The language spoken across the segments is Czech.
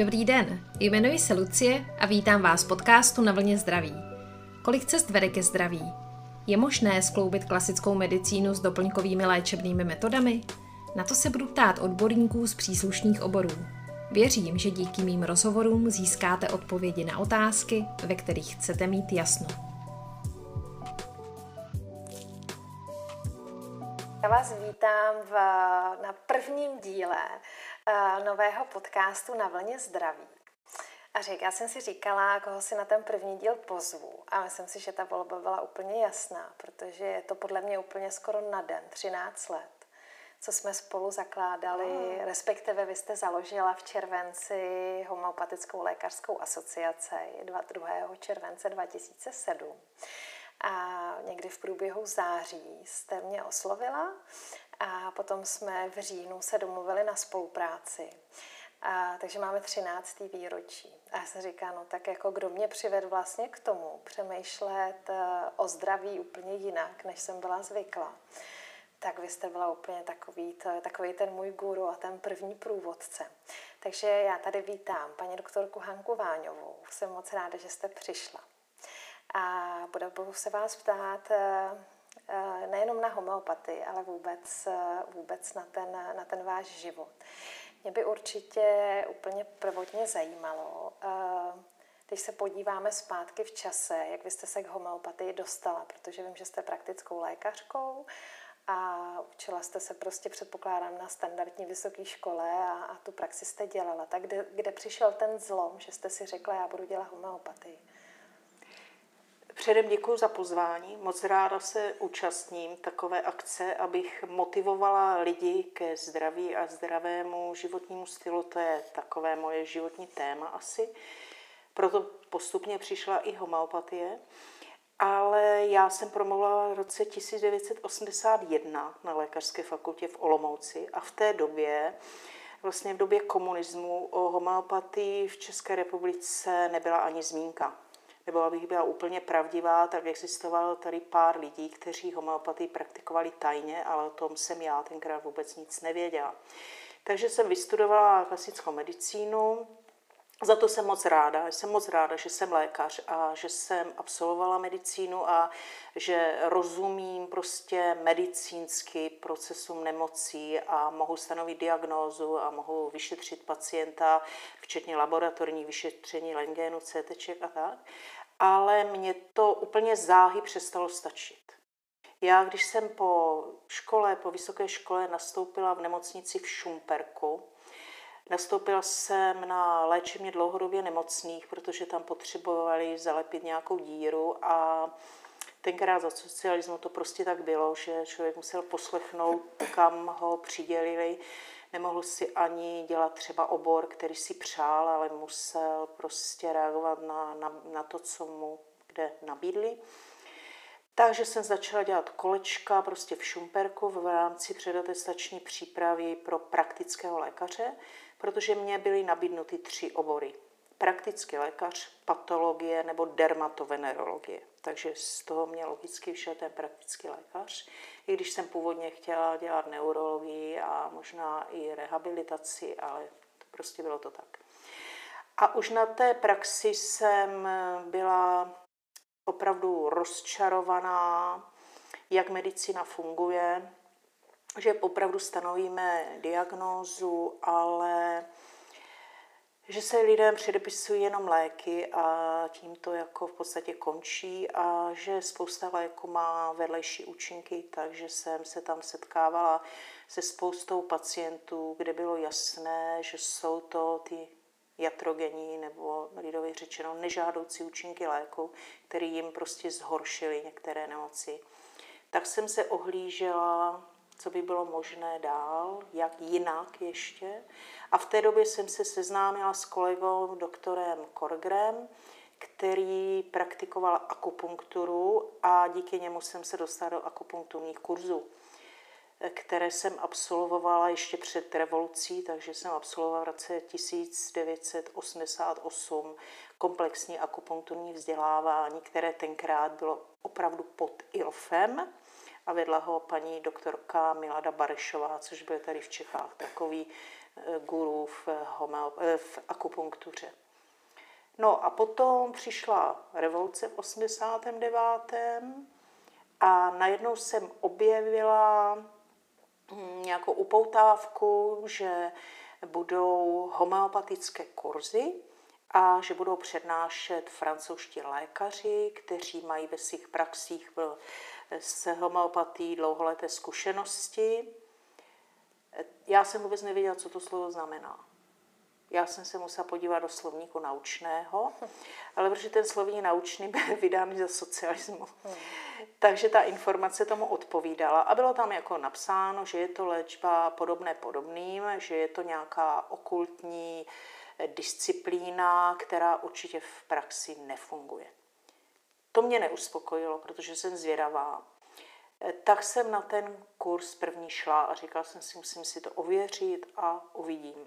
Dobrý den, jmenuji se Lucie a vítám vás v podcastu Na vlně zdraví. Kolik cest vede ke zdraví? Je možné skloubit klasickou medicínu s doplňkovými léčebnými metodami? Na to se budu ptát odborníků z příslušných oborů. Věřím, že díky mým rozhovorům získáte odpovědi na otázky, ve kterých chcete mít jasno. Já vás vítám na prvním díle nového podcastu Na vlně zdraví. Já jsem si říkala, koho si na ten první díl pozvu. A myslím si, že ta volba byla úplně jasná, protože je to podle mě úplně skoro na den, 13 let, co jsme spolu zakládali, respektive vy jste založila v červenci Homeopatickou lékařskou asociaci 2. července 2007. A někdy v průběhu září jste mě oslovila a potom jsme v říjnu se domluvili na spolupráci. Takže máme 13. výročí. A já jsem říkala, no tak jako kdo mě přivedl vlastně k tomu přemýšlet o zdraví úplně jinak, než jsem byla zvyklá. Tak vy jste byla úplně takový ten můj guru a ten první průvodce. Takže já tady vítám paní doktorku Hanku Váňovou. Jsem moc ráda, že jste přišla. A budu se vás ptát nejenom na homeopatii, ale vůbec na ten váš život. Mě by určitě úplně prvotně zajímalo, když se podíváme zpátky v čase, jak vy jste se k homeopatii dostala, protože vím, že jste praktickou lékařkou a učila jste se předpokládám na standardní vysoké škole a tu praxi jste dělala. Tak kde přišel ten zlom, že jste si řekla, já budu dělat homeopatii? Předem děkuji za pozvání. Moc ráda se účastním takové akce, abych motivovala lidi ke zdraví a zdravému životnímu stylu. To je takové moje životní téma asi. Proto postupně přišla i homeopatie. Ale já jsem promluvila v roce 1981 na lékařské fakultě v Olomouci a v té době, vlastně v době komunismu, o homeopatii v České republice nebyla ani zmínka. Nebo abych byla úplně pravdivá, tak existovalo tady pár lidí, kteří homeopatii praktikovali tajně, ale o tom jsem já tenkrát vůbec nic nevěděla. Takže jsem vystudovala klasickou medicínu, za to jsem moc ráda. Jsem moc ráda, že jsem lékař a že jsem absolvovala medicínu a že rozumím medicínsky procesům nemocí a mohu stanovit diagnózu a mohu vyšetřit pacienta, včetně laboratorních vyšetření, rentgenu, CTček a tak. Ale mě to úplně záhy přestalo stačit. Já, když jsem po vysoké škole nastoupila v nemocnici v Šumperku, nastoupila jsem na léčebně dlouhodobě nemocných, protože tam potřebovali zalepit nějakou díru a tenkrát za socialismu to prostě tak bylo, že člověk musel poslechnout, kam ho přidělili. Nemohl si ani dělat třeba obor, který si přál, ale musel reagovat na to, co mu kde nabídli. Takže jsem začala dělat kolečka v Šumperku v rámci předatestační přípravy pro praktického lékaře, protože mě byly nabídnuty 3 obory. Praktický lékař, patologie nebo dermatovenerologie. Takže z toho mě logicky vyšel ten praktický lékař. I když jsem původně chtěla dělat neurologii a možná i rehabilitaci, ale bylo to tak. A už na té praxi jsem byla opravdu rozčarovaná, jak medicína funguje, že opravdu stanovíme diagnózu, ale že se lidem předepisují jenom léky a tím to v podstatě končí a že spousta léků má vedlejší účinky, takže jsem se tam setkávala se spoustou pacientů, kde bylo jasné, že jsou to ty iatrogenní nebo lidově řečeno nežádoucí účinky léku, které jim zhoršily některé nemoci. Tak jsem se ohlížela, co by bylo možné dál, jak jinak ještě. A v té době jsem se seznámila s kolegou doktorem Korgrem, který praktikoval akupunkturu a díky němu jsem se dostala do akupunkturních kurzů, které jsem absolvovala ještě před revolucí, takže jsem absolvovala v roce 1988 komplexní akupunkturní vzdělávání, které tenkrát bylo opravdu pod ILFem a vedla ho paní doktorka Milada Barešová, což byl tady v Čechách takový guru v akupunktuře. No a potom přišla revoluce v 89. A najednou jsem objevila nějakou upoutávku, že budou homeopatické kurzy a že budou přednášet francouzští lékaři, kteří mají ve svých praxích s homeopatií dlouholeté zkušenosti. Já jsem vůbec nevěděla, co to slovo znamená. Já jsem se musela podívat do slovníku naučného, ale protože ten slovník naučný byl vydán za socialismu. Takže ta informace tomu odpovídala a bylo tam jako napsáno, že je to léčba podobné podobným, že je to nějaká okultní disciplína, která určitě v praxi nefunguje. To mě neuspokojilo, protože jsem zvědavá. Tak jsem na ten kurz první šla a říkala jsem si, musím si to ověřit a uvidím.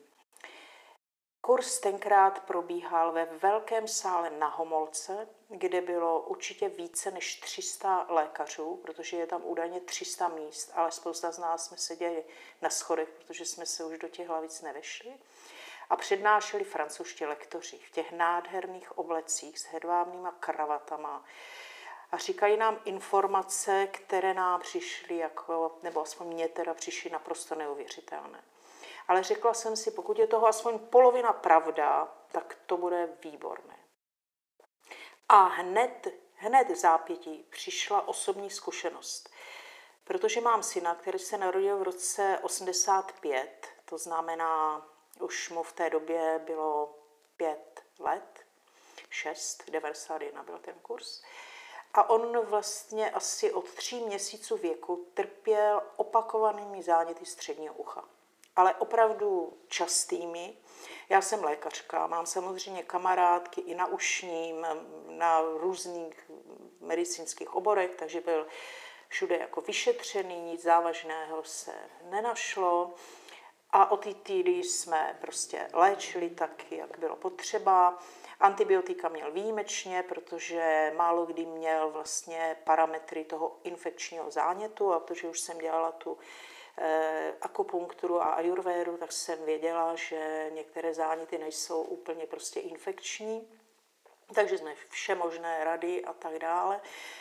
Kurz tenkrát probíhal ve velkém sále na Homolce, kde bylo určitě více než 300 lékařů, protože je tam údajně 300 míst, ale spousta z nás jsme seděli na schodech, protože jsme se už do těch hlavic nevešli. A přednášeli francouzští lektoři v těch nádherných oblecích s hedvábnýma kravatama. A říkají nám informace, které nám přišly, nebo aspoň mně teda přišly naprosto neuvěřitelné. Ale řekla jsem si, pokud je toho aspoň polovina pravda, tak to bude výborné. A hned v zápětí přišla osobní zkušenost. Protože mám syna, který se narodil v roce 85, to znamená, už mu v té době bylo 5 let, 6, 91 byl ten kurz. A on vlastně asi od 3 měsíců věku trpěl opakovanými záněty středního ucha. Ale opravdu častými. Já jsem lékařka, mám samozřejmě kamarádky i na ušním, na různých medicínských oborech, takže byl všude jako vyšetřený, nic závažného se nenašlo. A otitidy jsme prostě léčili tak, jak bylo potřeba. Antibiotika měl výjimečně, protože málo kdy měl vlastně parametry toho infekčního zánětu, a protože už jsem dělala tu akupunkturu a ajurvédu, tak jsem věděla, že některé záněty nejsou úplně prostě infekční, takže jsme vše možné rady a tak dále.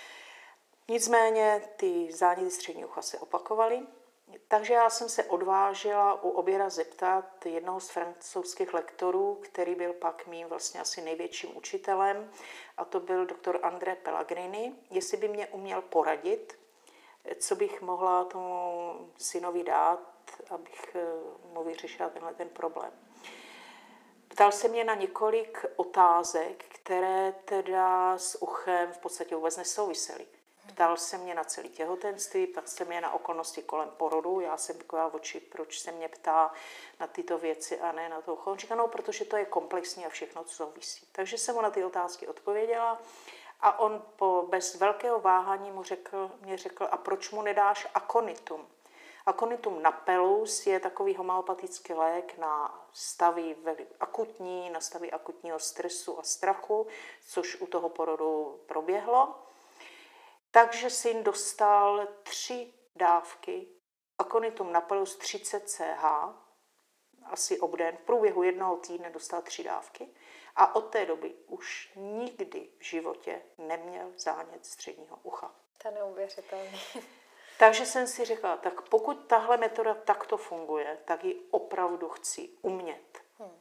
Nicméně ty záněty středního ucha se opakovaly, takže já jsem se odvážila u oběda zeptat jednoho z francouzských lektorů, který byl pak mým vlastně asi největším učitelem, a to byl doktor André Pellegrini, jestli by mě uměl poradit, co bych mohla tomu synovi dát, abych mu vyřešila ten problém. Ptal se mě na několik otázek, které teda s uchem v podstatě vůbec nesouvisely. Ptal se mě na celé těhotenství, ptal se mě na okolnosti kolem porodu. Já jsem taková oči, proč se mě ptá na tyto věci a ne na to ucho. On říká, no, protože to je komplexní a všechno, co souvisí. Takže jsem mu na ty otázky odpověděla. A on bez velkého váhání mě řekl, a proč mu nedáš akonitum? Akonitum napellus je takový homeopatický lék na stavy akutní, na stavy akutního stresu a strachu, což u toho porodu proběhlo. Takže syn dostal 3 dávky akonitum napellus 30 CH, asi obden, v průběhu 1 týdne dostal 3 dávky. A od té doby už nikdy v životě neměl zánět středního ucha. To je neuvěřitelné. Takže jsem si řekla, tak pokud tahle metoda takto funguje, tak ji opravdu chci umět.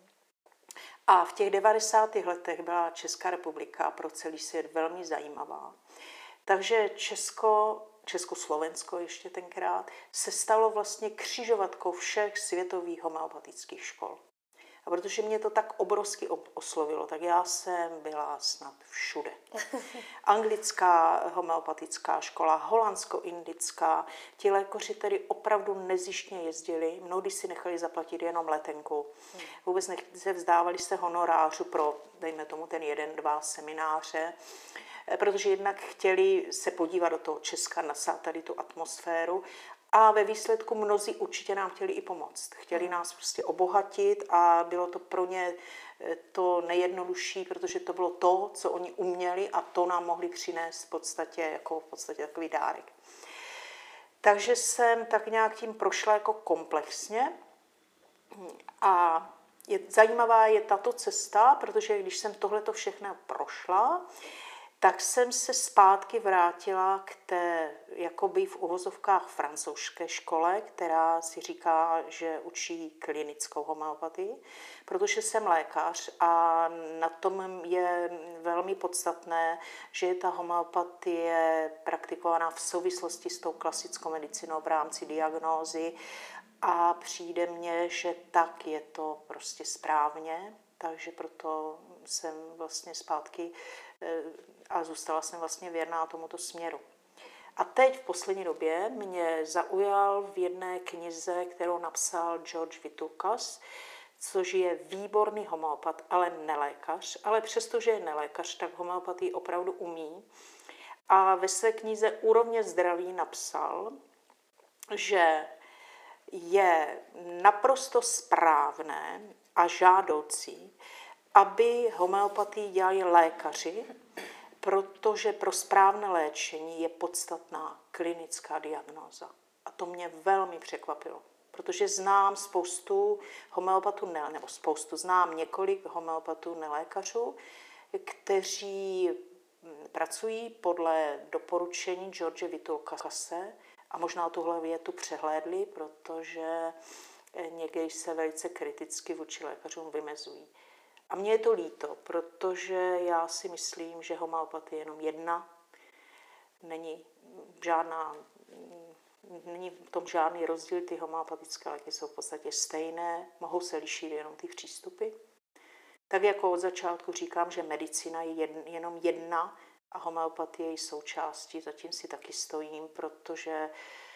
A v těch 90. letech byla Česká republika pro celý svět velmi zajímavá. Takže Československo ještě tenkrát se stalo vlastně křižovatkou všech světových homeopatických škol. A protože mě to tak obrovsky oslovilo, tak já jsem byla snad všude. Anglická homeopatická škola, holandsko-indická, ti lékaři tedy opravdu nezištně jezdili, mnohdy si nechali zaplatit jenom letenku. Vůbec nevzdávali se honorářu pro, dejme tomu, ten 1-2 semináře, protože jednak chtěli se podívat do toho Česka, nasát tady tu atmosféru. A ve výsledku mnozí určitě nám chtěli i pomoct. Chtěli nás prostě obohatit a bylo to pro ně to nejjednodušší, protože to bylo to, co oni uměli a to nám mohli přinést v podstatě takový dárek. Takže jsem tak nějak tím prošla jako komplexně. A zajímavá je tato cesta, protože když jsem tohleto všechno prošla, tak jsem se zpátky vrátila k té, jakoby v uvozovkách francouzské škole, která si říká, že učí klinickou homeopatii, protože jsem lékař a na tom je velmi podstatné, že je ta homeopatie praktikovaná v souvislosti s tou klasickou medicínou v rámci diagnózy a přijde mně, že tak je to prostě správně, takže proto jsem vlastně zpátky a zůstala jsem vlastně věrná tomuto směru. A teď v poslední době mě zaujal v jedné knize, kterou napsal George Vitulkas, což je výborný homeopat, ale nelékař. Ale přestože je nelékař, tak homeopatii opravdu umí. A ve své knize Úrovně zdraví napsal, že je naprosto správné a žádoucí, aby homeopatii dělali lékaři, protože pro správné léčení je podstatná klinická diagnóza. A to mě velmi překvapilo, protože znám spoustu homeopatů, znám několik homeopatů nelékařů, kteří pracují podle doporučení George Vitulkase a možná tuhle větu přehlédli, protože někdy se velice kriticky vůči lékařům vymezují. A mně je to líto, protože já si myslím, že homeopatie je jenom jedna, není v tom žádný rozdíl, ty homeopatické léky jsou v podstatě stejné, mohou se lišit jenom ty přístupy. Tak jako od začátku říkám, že medicína je jenom jedna a homeopatie je součástí, zatím si taky stojím, protože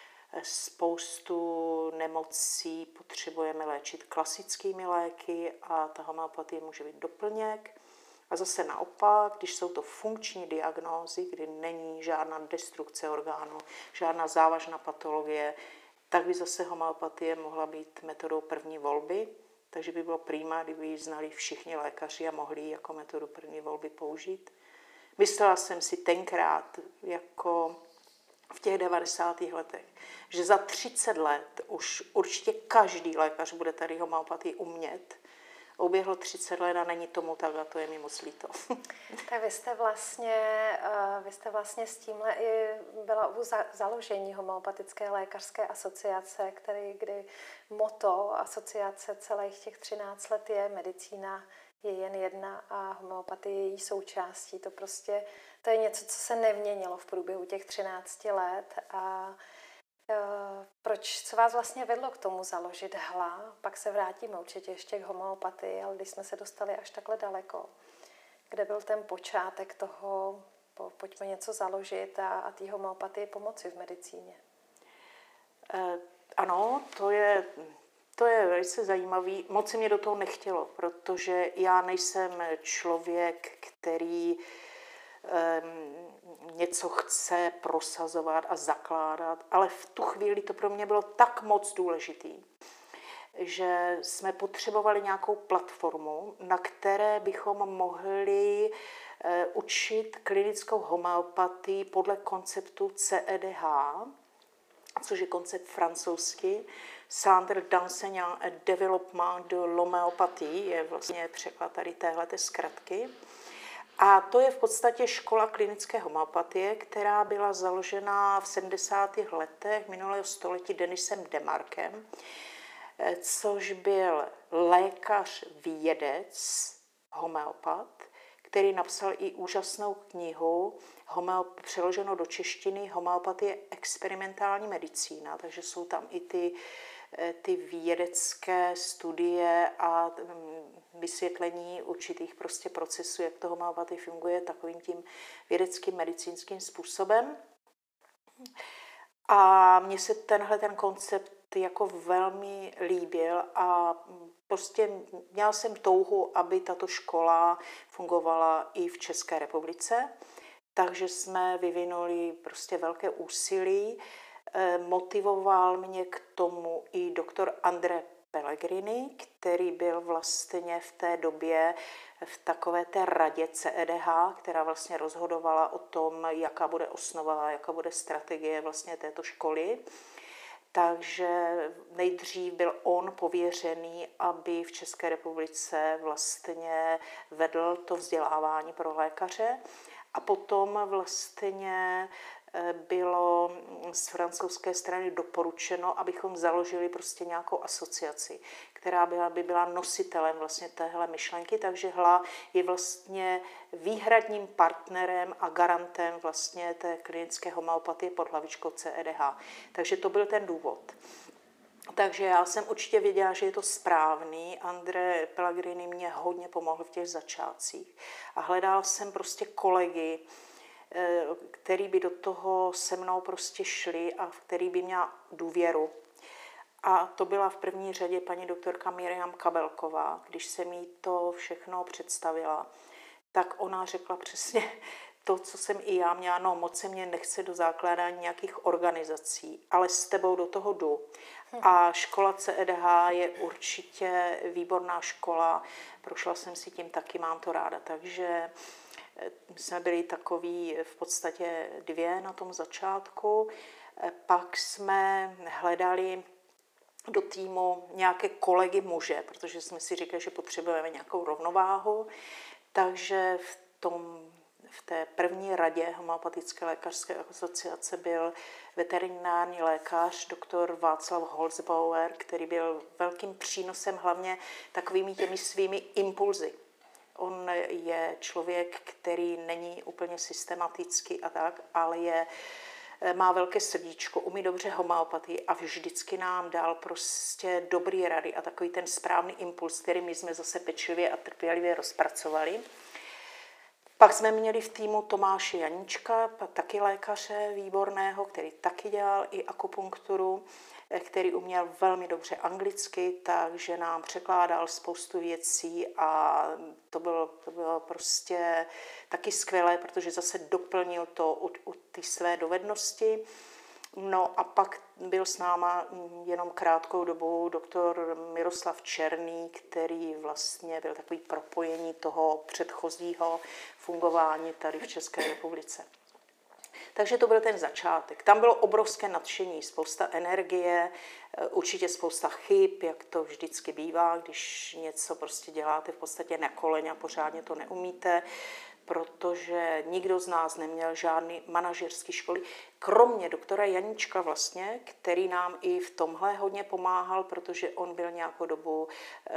spoustu nemocí potřebujeme léčit klasickými léky a ta homeopatie může být doplněk. A zase naopak, když jsou to funkční diagnózy, kdy není žádná destrukce orgánu, žádná závažná patologie, tak by zase homeopatie mohla být metodou první volby. Takže by bylo prima, kdyby ji znali všichni lékaři a mohli ji jako metodu první volby použít. Myslela jsem si tenkrát, jako v těch 90. letech, že za 30 let už určitě každý lékař bude tady homeopatii umět. Uběhlo 30 let a není tomu tak a to je mi moc líto. Tak vy jste vlastně s tímhle i byla u založení homeopatické lékařské asociace, kdy motto asociace celých těch 13 let je medicína je jen jedna a homeopatie je její součástí. To je něco, co se neměnilo v průběhu těch 13 let a co vás vlastně vedlo k tomu založit HLA? Pak se vrátíme určitě ještě k homeopatii, ale když jsme se dostali až takhle daleko, kde byl ten počátek toho, pojďme něco založit a té homeopatii pomoci v medicíně? Ano, to je velice zajímavý. Moc se mě do toho nechtělo, protože já nejsem člověk, který něco chce prosazovat a zakládat, ale v tu chvíli to pro mě bylo tak moc důležitý, že jsme potřebovali nějakou platformu, na které bychom mohli učit klinickou homeopatii podle konceptu CEDH, což je koncept francouzský, Centre d'enseignement et développement de l'homéopathie, je vlastně překlad tady téhleté zkratky. A to je v podstatě škola klinické homeopatie, která byla založena v 70. letech minulého století Denisem Demarkem, což byl lékař vědec, homeopat, který napsal i úžasnou knihu, přeloženou do češtiny Homeopatie experimentální medicína, takže jsou tam i ty vědecké studie a vysvětlení určitých prostě procesů, jak to homeopatie funguje takovým tím vědeckým medicínským způsobem. A mně se ten koncept jako velmi líbil a prostě měla jsem touhu, aby tato škola fungovala i v České republice, takže jsme vyvinuli prostě velké úsilí. Motivoval mě k tomu i doktor André Pellegrini, který byl vlastně v té době v takové té radě CEDH, která vlastně rozhodovala o tom, jaká bude osnova, jaká bude strategie vlastně této školy. Takže nejdřív byl on pověřený, aby v České republice vlastně vedl to vzdělávání pro lékaře. A potom vlastně bylo z francouzské strany doporučeno, abychom založili prostě nějakou asociaci, která by byla nositelem vlastně téhle myšlenky, takže HLA je vlastně výhradním partnerem a garantem vlastně té klinické homeopatie pod hlavičkou CEDH. Takže to byl ten důvod. Takže já jsem určitě věděla, že je to správný. André Pellegrini mě hodně pomohl v těch začátcích. A hledala jsem prostě kolegy, který by do toho se mnou prostě šli a v který by měla důvěru. A to byla v první řadě paní doktorka Miriam Kabelková. Když jsem jí to všechno představila, tak ona řekla přesně to, co jsem i já měla, no moc se mě nechce do zakládání nějakých organizací, ale s tebou do toho jdu. A škola CEDH je určitě výborná škola, prošla jsem si tím taky, mám to ráda, takže jsme byli takový v podstatě 2 na tom začátku. Pak jsme hledali do týmu nějaké kolegy muže, protože jsme si říkali, že potřebujeme nějakou rovnováhu. Takže v té první radě homeopatické lékařské asociace byl veterinární lékař doktor Václav Holzbauer, který byl velkým přínosem hlavně takovými těmi svými impulzy. On je člověk, který není úplně systematický a tak, ale má velké srdíčko, umí dobře homeopatii a vždycky nám dal prostě dobrý rady a takový ten správný impuls, který my jsme zase pečlivě a trpělivě rozpracovali. Pak jsme měli v týmu Tomáše Janíčka, taky lékaře výborného, který taky dělal i akupunkturu, který uměl velmi dobře anglicky, takže nám překládal spoustu věcí a to bylo prostě taky skvělé, protože zase doplnil to u ty své dovednosti. No a pak byl s náma jenom krátkou dobu doktor Miroslav Černý, který vlastně byl takový propojení toho předchozího fungování tady v České republice. Takže to byl ten začátek. Tam bylo obrovské nadšení, spousta energie, určitě spousta chyb, jak to vždycky bývá, když něco prostě děláte v podstatě na koleně a pořádně to neumíte, protože nikdo z nás neměl žádný manažerský školy, kromě doktora Janíčka vlastně, který nám i v tomhle hodně pomáhal, protože on byl nějakou dobu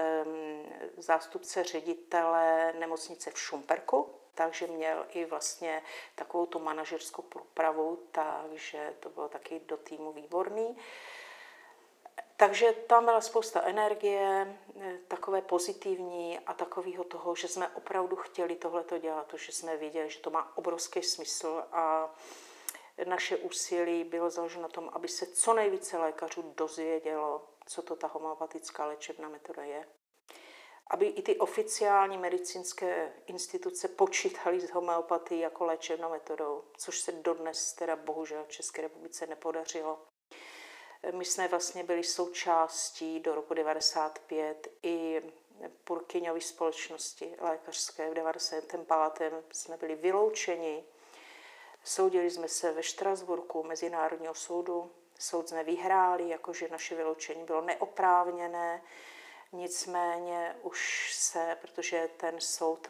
zástupce ředitele nemocnice v Šumperku, takže měl i vlastně takovou tu manažerskou průpravu, takže to bylo taky do týmu výborný. Takže tam byla spousta energie, takové pozitivní a takového toho, že jsme opravdu chtěli tohleto dělat, že jsme věděli, že to má obrovský smysl a naše úsilí bylo založeno na tom, aby se co nejvíce lékařů dozvědělo, co to ta homeopatická léčebná metoda je. Aby i ty oficiální medicínské instituce počítaly s homeopatií jako léčebnou metodou, což se dodnes teda bohužel v České republice nepodařilo. My jsme vlastně byli součástí do roku 1995 i Purkyňovy společnosti lékařské. V 1995. jsme byli vyloučeni. Soudili jsme se ve Štrasburku Mezinárodního soudu. Soud jsme vyhráli, jakože naše vyloučení bylo neoprávněné. Nicméně už protože ten soud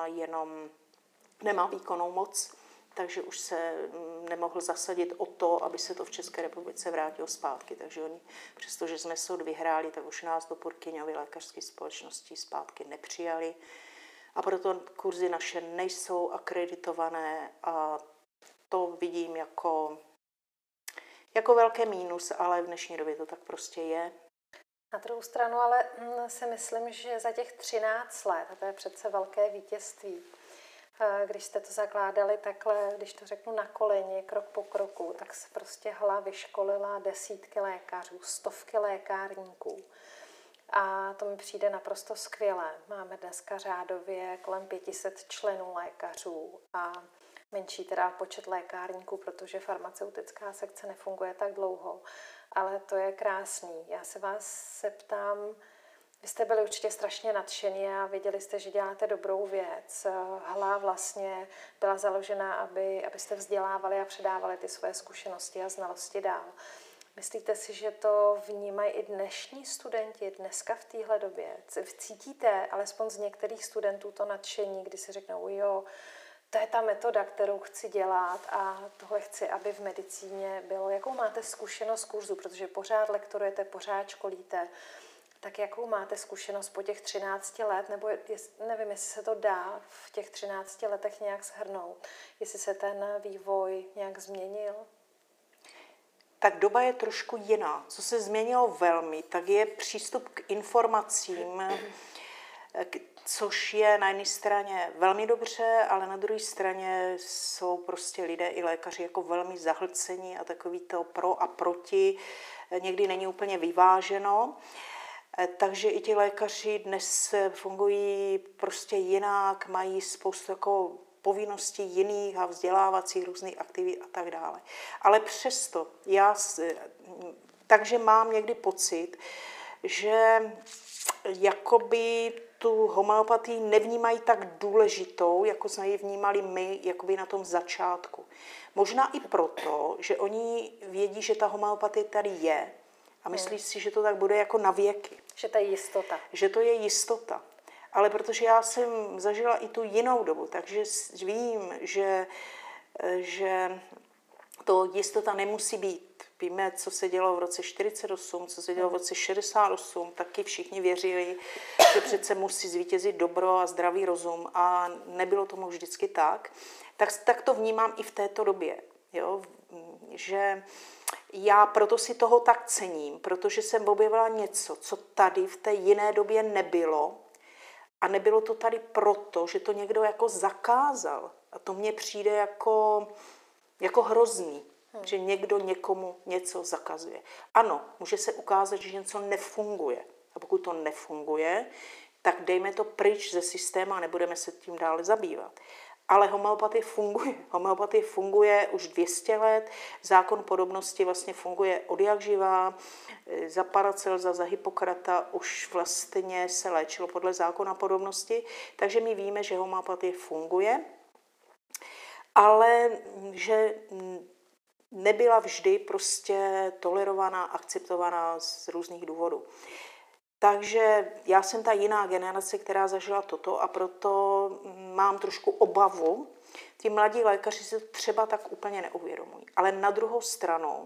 nemá výkonnou moc, takže už se nemohl zasadit o to, aby se to v České republice vrátilo zpátky. Takže oni, přestože jsme soud vyhráli, tak už nás do Purkyňovy lékařské společnosti zpátky nepřijali. A proto kurzy naše nejsou akreditované a to vidím jako velké mínus, ale v dnešní době to tak prostě je. Na druhou stranu ale si myslím, že za těch 13 let, a to je přece velké vítězství, když jste to zakládali takhle, když to řeknu na koleni, krok po kroku, tak se prostě HLA vyškolila desítky lékařů, stovky lékárníků. A to mi přijde naprosto skvělé. Máme dneska řádově kolem 500 členů lékařů a menší teda počet lékárníků, protože farmaceutická sekce nefunguje tak dlouho. Ale to je krásný. Já se vás zeptám, vy jste byli určitě strašně nadšení a věděli jste, že děláte dobrou věc. HLA vlastně byla založena, abyste vzdělávali a předávali ty svoje zkušenosti a znalosti dál. Myslíte si, že to vnímají i dnešní studenti dneska v téhle době? Cítíte alespoň z některých studentů to nadšení, kdy si řeknou, jo, to je ta metoda, kterou chci dělat a tohle chci, aby v medicíně bylo. Jakou máte zkušenost z kurzu, protože pořád lektorujete, pořád školíte, tak jakou máte zkušenost po těch 13 let, nebo nevím, jestli se to dá v těch 13 letech nějak shrnout, jestli se ten vývoj nějak změnil? Tak doba je trošku jiná. Co se změnilo velmi, tak je přístup k informacím, což je na jedné straně velmi dobře, ale na druhé straně jsou prostě lidé i lékaři jako velmi zahlcení a takový to pro a proti někdy není úplně vyváženo. Takže i ti lékaři dnes fungují prostě jinak, mají spoustu jako povinností jiných a vzdělávacích různých aktivit a tak dále. Ale přesto takže mám někdy pocit, že jakoby tu homeopatii nevnímají tak důležitou, jako jsme ji vnímali my jakoby na tom začátku. Možná i proto, že oni vědí, že ta homeopatie tady je a myslí si, že to tak bude jako na věky. Že to je jistota. Že to je jistota. Ale protože já jsem zažila i tu jinou dobu, takže vím, že to jistota nemusí být. Víme, co se dělo v roce 48, co se dělo v roce 68, taky všichni věřili, že přece musí zvítězit dobro a zdravý rozum a nebylo tomu vždycky tak. Tak to vnímám i v této době, jo? Že já proto si toho tak cením, protože jsem objevila něco, co tady v té jiné době nebylo a nebylo to tady proto, že to někdo jako zakázal a to mně přijde jako hrozný. Že někdo někomu něco zakazuje. Ano, může se ukázat, že něco nefunguje. A pokud to nefunguje, tak dejme to pryč ze systému a nebudeme se tím dále zabývat. Ale homeopatie funguje. Homeopatie funguje už 200 let. Zákon podobnosti vlastně funguje od jak živá. Za Paracelsa, za Hippokrata už vlastně se léčilo podle zákona podobnosti. Takže my víme, že homeopatie funguje, ale že nebyla vždy prostě tolerovaná, akceptovaná z různých důvodů. Takže já jsem ta jiná generace, která zažila toto a proto mám trošku obavu. Ti mladí lékaři si to třeba tak úplně neuvědomují. Ale na druhou stranu,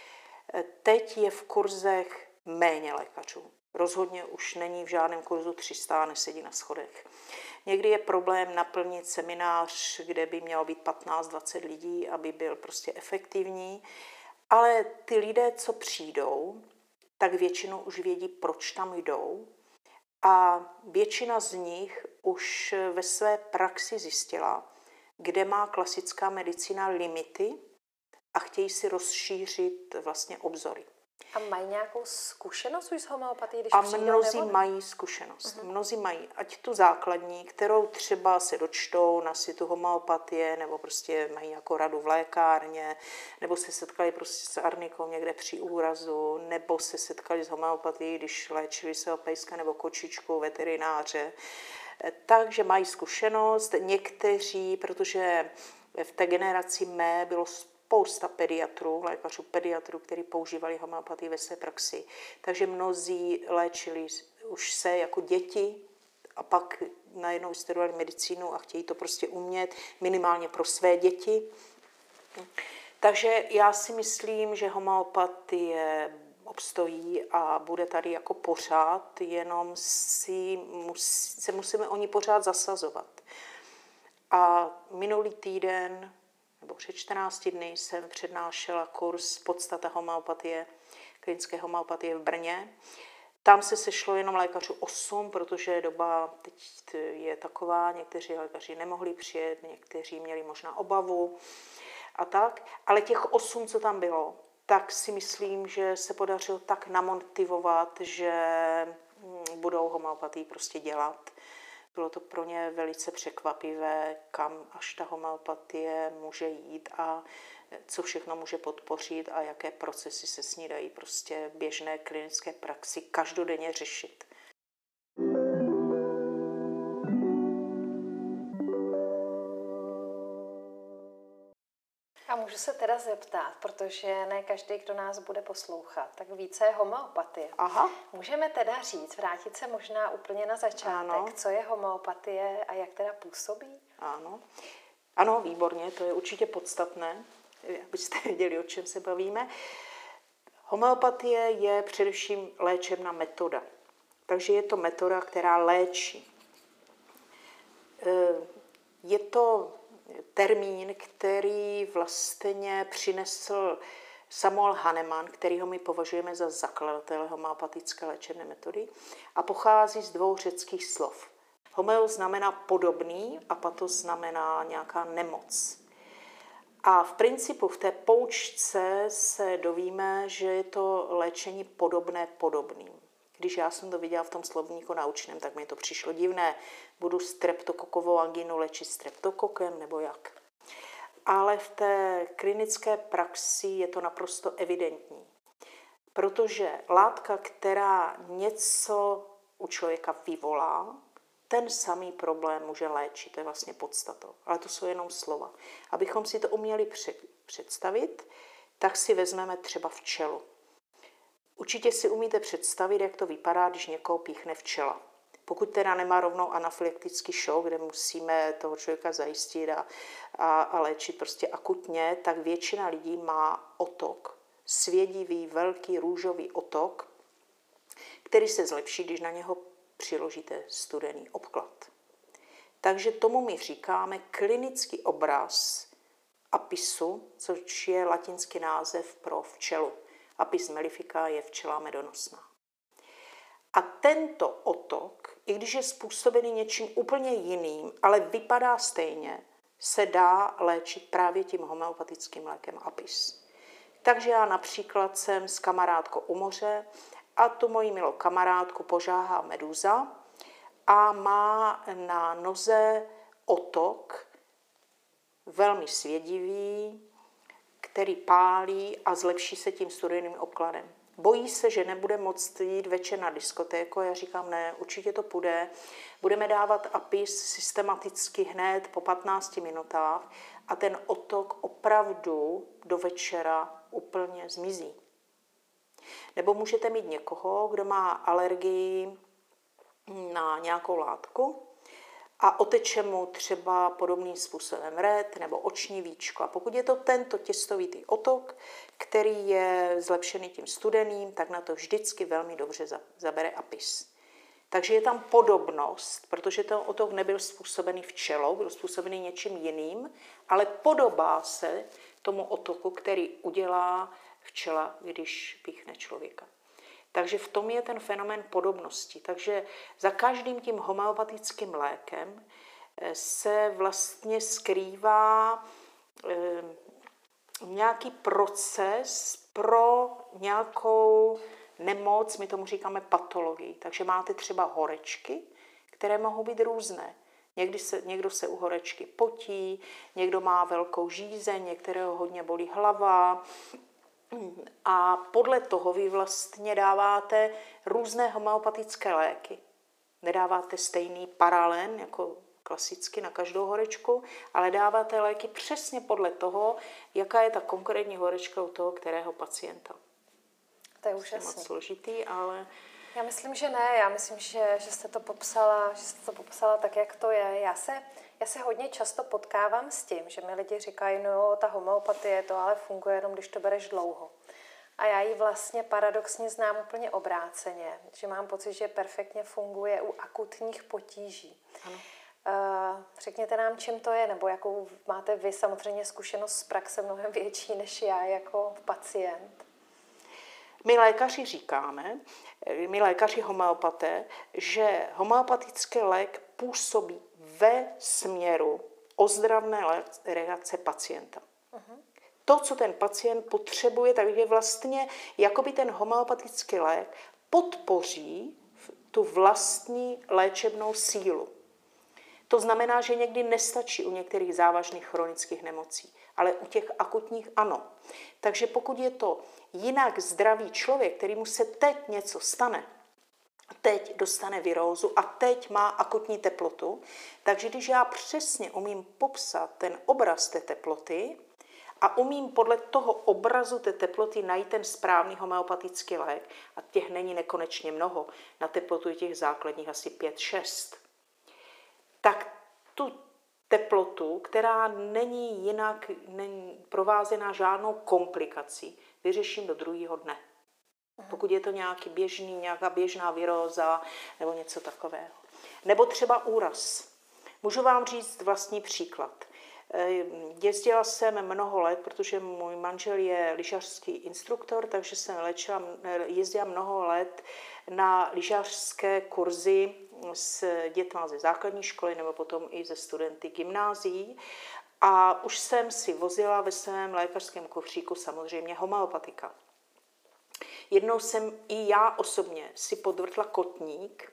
teď je v kurzech méně lékařů. Rozhodně už není v žádném kurzu 300 a nesedí na schodech. Někdy je problém naplnit seminář, kde by mělo být 15-20 lidí, aby byl prostě efektivní. Ale ty lidé, co přijdou, tak většinou už vědí, proč tam jdou. A většina z nich už ve své praxi zjistila, kde má klasická medicína limity a chtějí si rozšířit vlastně obzory. A mají nějakou zkušenost už s homeopatií, když a přijdou, mnozí nebo? mají zkušenost. Mnozí mají, ať tu základní, kterou třeba se dočtou na světu homeopatie, nebo prostě mají jako radu v lékárně, nebo se setkali prostě s arnikou někde při úrazu, nebo se setkali s homeopatií, když léčili svého pejska nebo kočičku veterináře. Takže mají zkušenost. Někteří, protože v té generaci mé bylo spousta pediatrů, lékařů pediatrů, kteří používali homeopatii ve své praxi. Takže mnozí léčili už se jako děti a pak najednou studovali medicínu a chtějí to prostě umět, minimálně pro své děti. Takže já si myslím, že homeopatie obstojí a bude tady jako pořád, jenom se musíme o ní pořád zasazovat. A minulý týden nebo před 14 dny jsem přednášela kurz Podstata homeopatie, klinické homeopatie v Brně. Tam se sešlo jenom lékařů 8, protože doba teď je taková, někteří lékaři nemohli přijet, někteří měli možná obavu a tak. Ale těch 8, co tam bylo, tak si myslím, že se podařilo tak namotivovat, že budou homeopatii prostě dělat. Bylo to pro ně velice překvapivé, kam až ta homeopatie může jít a co všechno může podpořit a jaké procesy se s ní dají prostě v běžné klinické praxi každodenně řešit. A můžu se teda zeptat, protože ne každý, kdo nás bude poslouchat, tak více je homeopatie. Aha. Můžeme teda říct, vrátit se možná úplně na začátek, ano. Co je homeopatie a jak teda působí? Ano. Ano, výborně, to je určitě podstatné, abyste věděli, o čem se bavíme. Homeopatie je především léčebná metoda. Takže je to metoda, která léčí. Je to termín, který vlastně přinesl Samuel Hahnemann, kterýho my považujeme za zakladatele homeopatické léčebné metody, a pochází z 2 řeckých slov. Homeo znamená podobný a patos znamená nějaká nemoc. A v principu v té poučce se dovíme, že je to léčení podobné podobným. Když já jsem to viděla v tom slovníku naučném, tak mi to přišlo divné. Budu streptokokovou anginu léčit streptokokem nebo jak? Ale v té klinické praxi je to naprosto evidentní. Protože látka, která něco u člověka vyvolá, ten samý problém může léčit, to je vlastně podstatou. Ale to jsou jenom slova. Abychom si to uměli představit, tak si vezmeme třeba včelu. Určitě si umíte představit, jak to vypadá, když někoho píchne včela. Pokud teda nemá rovnou anafylaktický šok, kde musíme toho člověka zajistit a léčit prostě akutně, tak většina lidí má otok, svědivý, velký růžový otok, který se zlepší, když na něho přiložíte studený obklad. Takže tomu my říkáme klinický obraz apisu, což je latinský název pro včelu. Apis mellifica je včela medonosná. A tento otok, i když je způsobený něčím úplně jiným, ale vypadá stejně, se dá léčit právě tím homeopatickým lékem apis. Takže já například jsem s kamarádkou u moře a tu moji milou kamarádku požáhá medúza a má na noze otok velmi svědivý, který pálí a zlepší se tím studeným obkladem. Bojí se, že nebude moct jít večer na diskotéku a já říkám, ne, určitě to půjde. Budeme dávat apis systematicky hned po 15 minutách a ten otok opravdu do večera úplně zmizí. Nebo můžete mít někoho, kdo má alergii na nějakou látku a oteče mu třeba podobným způsobem red nebo oční víčko. A pokud je to tento těstovitý otok, který je zlepšený tím studeným, tak na to vždycky velmi dobře zabere apis. Takže je tam podobnost, protože ten otok nebyl způsobený včelou, byl způsobený něčím jiným, ale podobá se tomu otoku, který udělá včela, když píchne člověka. Takže v tom je ten fenomén podobnosti. Takže za každým tím homeopatickým lékem se vlastně skrývá nějaký proces pro nějakou nemoc, my tomu říkáme patologii. Takže máte třeba horečky, které mohou být různé. Někdo se u horečky potí, někdo má velkou žízeň, některého hodně bolí hlava. A podle toho vy vlastně dáváte různé homeopatické léky. Nedáváte stejný paralen, jako klasicky na každou horečku, ale dáváte léky přesně podle toho, jaká je ta konkrétní horečka u toho, kterého pacienta. To je úžasný. Moc složitý, ale... Já myslím, že ne. Já myslím, že jste to popsala tak, jak to je. Já se hodně často potkávám s tím, že mi lidi říkají, no ta homeopatie to ale funguje jenom, když to bereš dlouho. A já ji vlastně paradoxně znám úplně obráceně, že mám pocit, že perfektně funguje u akutních potíží. Ano. Řekněte nám, čím to je, nebo jakou máte vy samozřejmě zkušenost z praxe mnohem větší než já jako pacient. My lékaři říkáme, my lékaři homeopaté, že homeopatický lék působí ve směru ozdravné reakce pacienta. Uh-huh. To, co ten pacient potřebuje, takže vlastně jakoby ten homeopatický lék podpoří tu vlastní léčebnou sílu. To znamená, že někdy nestačí u některých závažných chronických nemocí, ale u těch akutních ano. Takže pokud je to jinak zdravý člověk, kterýmu se teď něco stane, teď dostane virózu a teď má akutní teplotu, takže když já přesně umím popsat ten obraz té teploty a umím podle toho obrazu té teploty najít ten správný homeopatický lék, a těch není nekonečně mnoho, na teplotu je těch základních asi 5-6, tak tu teplotu, která není jinak provázená žádnou komplikací, vyřeším do druhého dne. Pokud je to nějaká běžná viróza nebo něco takového. Nebo třeba úraz. Můžu vám říct vlastní příklad. Jezdila jsem mnoho let, protože můj manžel je lyžařský instruktor, takže jsem jezdila mnoho let na lyžařské kurzy s dětma ze základní školy nebo potom i ze studenty gymnázií. A už jsem si vozila ve svém lékařském kufříku samozřejmě homeopatika. Jednou jsem i já osobně si podvrtla kotník,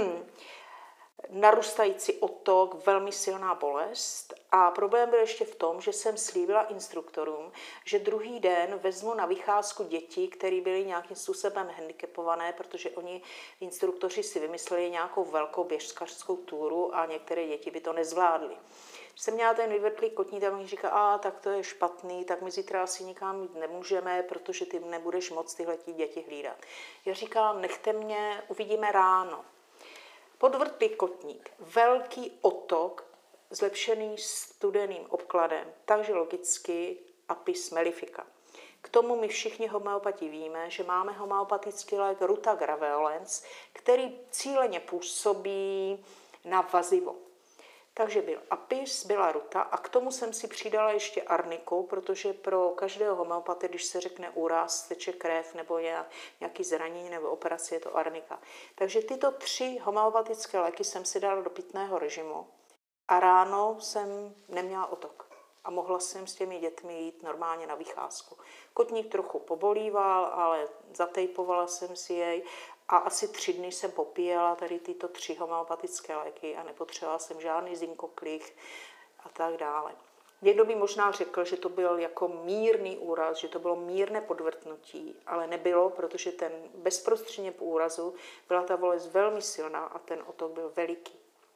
narůstající otok, velmi silná bolest, a problém byl ještě v tom, že jsem slíbila instruktorům, že druhý den vezmu na vycházku děti, které byly nějakým způsobem handicapované, protože oni, instruktoři, si vymysleli nějakou velkou běžkařskou túru a některé děti by to nezvládly. Když jsem měla ten vyvrtlý kotník, tak mi říká, tak to je špatný, tak my zítra asi nikam jít nemůžeme, protože ty nebudeš moc tyhle děti hlídat. Já říkám, nechte mě, uvidíme ráno. Podvrtlý kotník, velký otok, zlepšený studeným obkladem, takže logicky Apis mellifica. K tomu my všichni homeopati víme, že máme homeopatický lék Ruta graveolens, který cíleně působí na vazivo. Takže byl Apis, byla Ruta a k tomu jsem si přidala ještě arniku, protože pro každého homeopaty, když se řekne úraz, teče krev nebo je nějaký zranění nebo operace, je to arnika. Takže tyto 3 homeopatické léky jsem si dala do pitného režimu a ráno jsem neměla otok a mohla jsem s těmi dětmi jít normálně na vycházku. Kotník trochu pobolíval, ale zatejpovala jsem si jej. A asi 3 dny jsem popíjela tady tyto 3 homeopatické léky a nepotřebovala jsem žádný zinkoklich a tak dále. Někdo by možná řekl, že to byl jako mírný úraz, že to bylo mírné podvrtnutí, ale nebylo, protože ten bezprostředně po úrazu byla ta bolest velmi silná a ten otok byl veliký.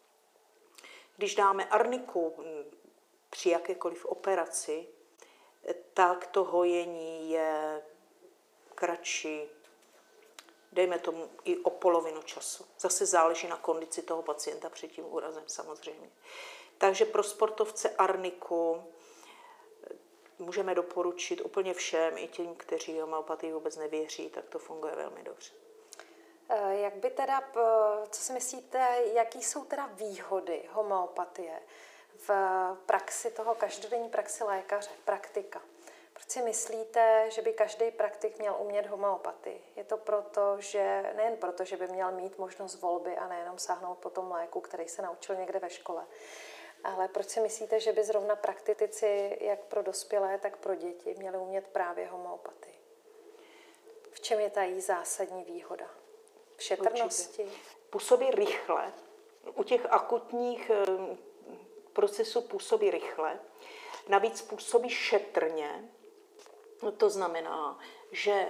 Když dáme arniku při jakékoliv operaci, tak to hojení je kratší, dejme tomu i o polovinu času. Zase záleží na kondici toho pacienta před tím úrazem samozřejmě. Takže pro sportovce arniku můžeme doporučit úplně všem, i těm, kteří homeopatii vůbec nevěří, tak to funguje velmi dobře. Jak by teda, co si myslíte, jaký jsou teda výhody homeopatie v praxi toho každodenní praxi lékaře, praktika? Proč si myslíte, že by každý praktik měl umět homeopatii? Je to proto, že nejen proto, že by měl mít možnost volby a nejenom sáhnout po tom léku, který se naučil někde ve škole. Ale proč si myslíte, že by zrovna praktici jak pro dospělé, tak pro děti měli umět právě homeopatii? V čem je ta její zásadní výhoda? V šetrnosti? Určitě. Působí rychle. U těch akutních procesů působí rychle. Navíc působí šetrně. To znamená, že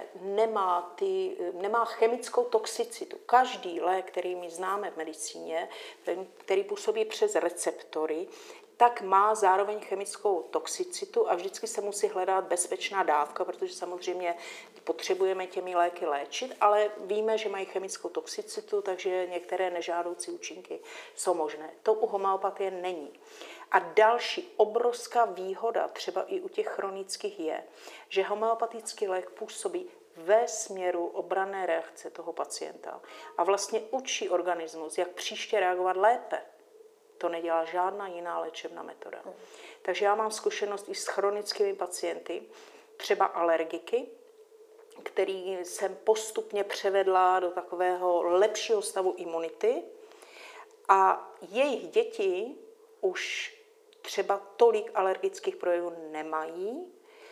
nemá chemickou toxicitu. Každý lék, který my známe v medicíně, který působí přes receptory, tak má zároveň chemickou toxicitu a vždycky se musí hledat bezpečná dávka, protože samozřejmě potřebujeme těmi léky léčit, ale víme, že mají chemickou toxicitu, takže některé nežádoucí účinky jsou možné. To u homeopatie není. A další obrovská výhoda, třeba i u těch chronických, je, že homeopatický lék působí ve směru obranné reakce toho pacienta a vlastně učí organismus, jak příště reagovat lépe. To nedělá žádná jiná léčebná metoda. Takže já mám zkušenost i s chronickými pacienty, třeba alergiky, který jsem postupně převedla do takového lepšího stavu imunity a jejich děti už třeba tolik alergických projevů nemají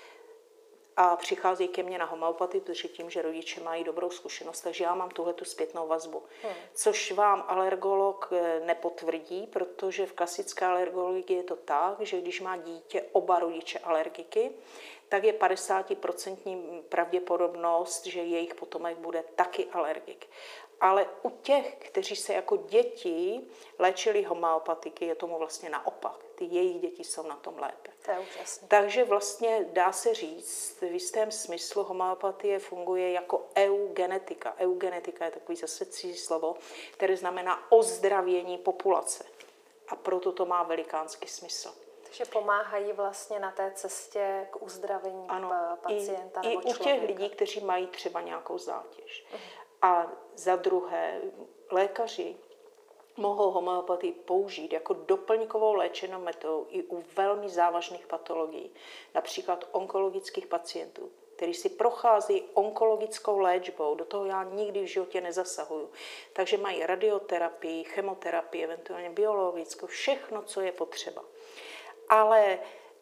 a přichází ke mně na homeopatii, protože tím, že rodiče mají dobrou zkušenost, takže já mám tuhletu zpětnou vazbu. Což vám alergolog nepotvrdí, protože v klasické alergologii je to tak, že když má dítě oba rodiče alergiky, tak je 50% pravděpodobnost, že jejich potomek bude taky alergik. Ale u těch, kteří se jako děti léčili homeopatiky, je tomu vlastně naopak. ty jejich děti jsou na tom lépe. To je úžasné. Takže vlastně dá se říct, v jistém smyslu homeopatie funguje jako eugenetika. Eugenetika je takový zase cizí slovo, které znamená ozdravění populace. A proto to má velikánský smysl. Takže pomáhají vlastně na té cestě k uzdravení pacienta i nebo u těch člověka. lidí, kteří mají třeba nějakou zátěž. A za druhé, lékaři mohou homeopatii použít jako doplňkovou léčenou metodu i u velmi závažných patologií, například onkologických pacientů, kteří si prochází onkologickou léčbou, do toho já nikdy v životě nezasahuju. Takže mají radioterapii, chemoterapii, eventuálně biologickou, všechno, co je potřeba. Ale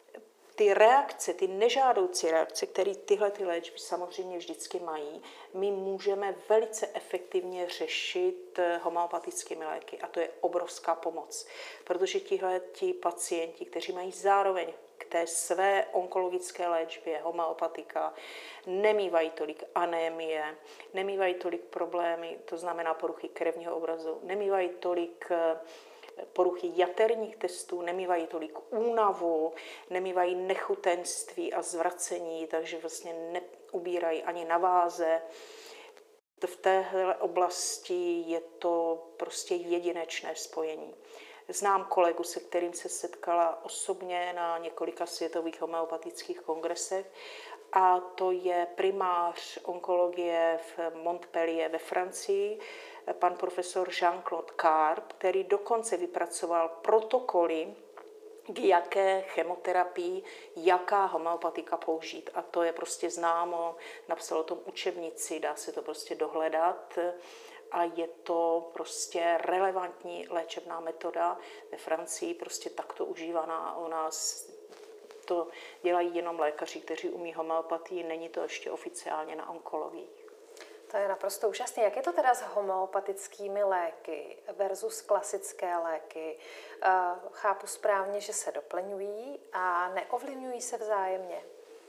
ty reakce, ty nežádoucí reakce, které tyhle ty léčby samozřejmě vždycky mají, my můžeme velice efektivně řešit homeopatickými léky. A to je obrovská pomoc. Protože ti pacienti, kteří mají zároveň k té své onkologické léčbě homeopatika, nemývají tolik anémie, nemývají tolik problémy, to znamená poruchy krevního obrazu, nemývají tolik poruchy jaterních testů, nemývají tolik únavu, nemývají nechutenství a zvracení, takže vlastně neubírají ani na váze. V téhle oblasti je to prostě jedinečné spojení. Znám kolegu, se kterým se setkala osobně na několika světových homeopatických kongresech, a to je primář onkologie v Montpellier ve Francii, pan profesor Jean-Claude Carp, který dokonce vypracoval protokoly, k jaké chemoterapii, jaká homeopatika použít. A to je prostě známo, napsal o tom učebnici, dá se to prostě dohledat. A je to prostě relevantní léčebná metoda ve Francii, prostě takto užívaná. U nás to dělají jenom lékaři, kteří umí homeopatii, není to ještě oficiálně na onkologii. To je naprosto úžasné. Jak je to teda s homeopatickými léky versus klasické léky? Chápu správně, že se doplňují a neovlivňují se vzájemně?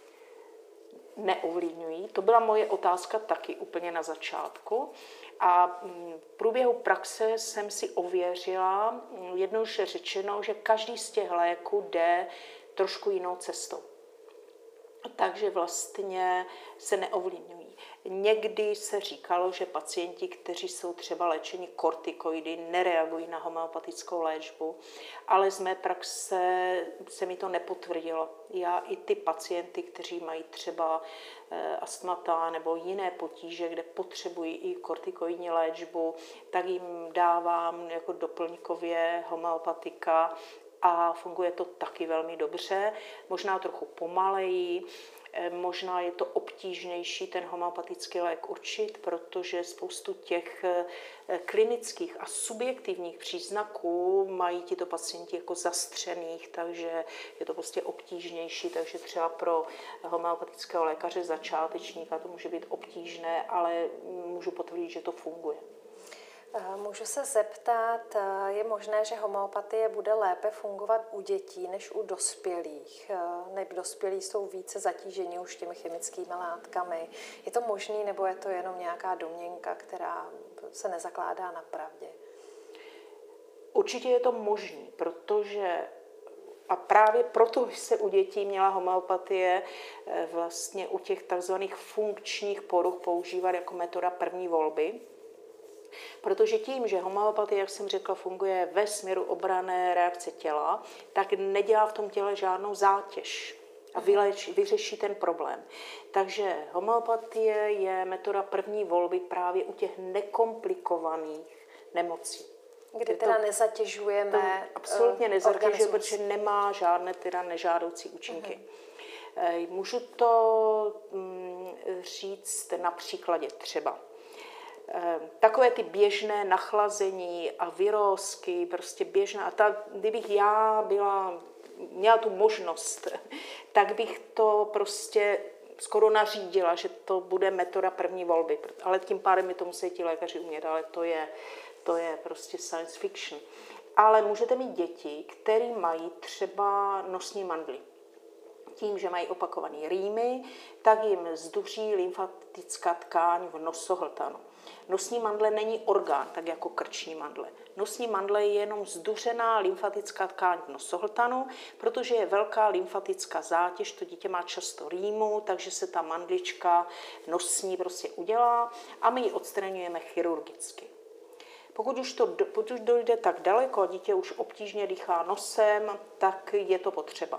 Neovlivňují. To byla moje otázka taky úplně na začátku. A v průběhu praxe jsem si ověřila, jednoduše řečeno, že každý z těch léků jde trošku jinou cestou. Takže vlastně se neovlivňují. Někdy se říkalo, že pacienti, kteří jsou třeba léčeni kortikoidy, nereagují na homeopatickou léčbu, ale z mé praxe se mi to nepotvrdilo. Já i ty pacienty, kteří mají třeba astmata nebo jiné potíže, kde potřebují i kortikoidní léčbu, tak jim dávám jako doplňkově homeopatika, a funguje to taky velmi dobře, možná trochu pomaleji, možná je to obtížnější ten homeopatický lék určit, protože spoustu těch klinických a subjektivních příznaků mají tito pacienti jako zastřených, takže je to prostě obtížnější, takže třeba pro homeopatického lékaře začátečníka to může být obtížné, ale můžu potvrdit, že to funguje. Můžu se zeptat, je možné, že homeopatie bude lépe fungovat u dětí než u dospělých? Dospělí jsou více zatíženi už těmi chemickými látkami. Je to možný, nebo je to jenom nějaká domněnka, která se nezakládá na pravdě? Určitě je to možný, protože a právě proto se u dětí měla homeopatie vlastně u těch takzvaných funkčních poruch používat jako metoda první volby. Protože tím, že homeopatie, jak jsem řekla, funguje ve směru obranné reakce těla, tak nedělá v tom těle žádnou zátěž a vyřeší ten problém. Takže homeopatie je metoda první volby právě u těch nekomplikovaných nemocí. Kdy teda nezatěžujeme absolutně nezatěžuje, protože nemá žádné teda nežádoucí účinky. Můžu to říct na příkladě třeba. Takové ty běžné nachlazení a virózky, prostě běžná. A kdybych já měla tu možnost, tak bych to prostě skoro nařídila, že to bude metoda první volby. Ale tím pádem mi to musí ti lékaři umět, ale to je prostě science fiction. Ale můžete mít děti, které mají třeba nosní mandly. tím, že mají opakované rýmy, tak jim zduří lymfatická tkáň v nosohltanu. Nosní mandle není orgán, tak jako krční mandle. Nosní mandle je jenom zduřená lymfatická tkáň v nosohltanu, protože je velká lymfatická zátěž, to dítě má často rýmu, takže se ta mandlička nosní prostě udělá a my ji odstraňujeme chirurgicky. Pokud už dojde tak daleko a dítě už obtížně dýchá nosem, tak je to potřeba.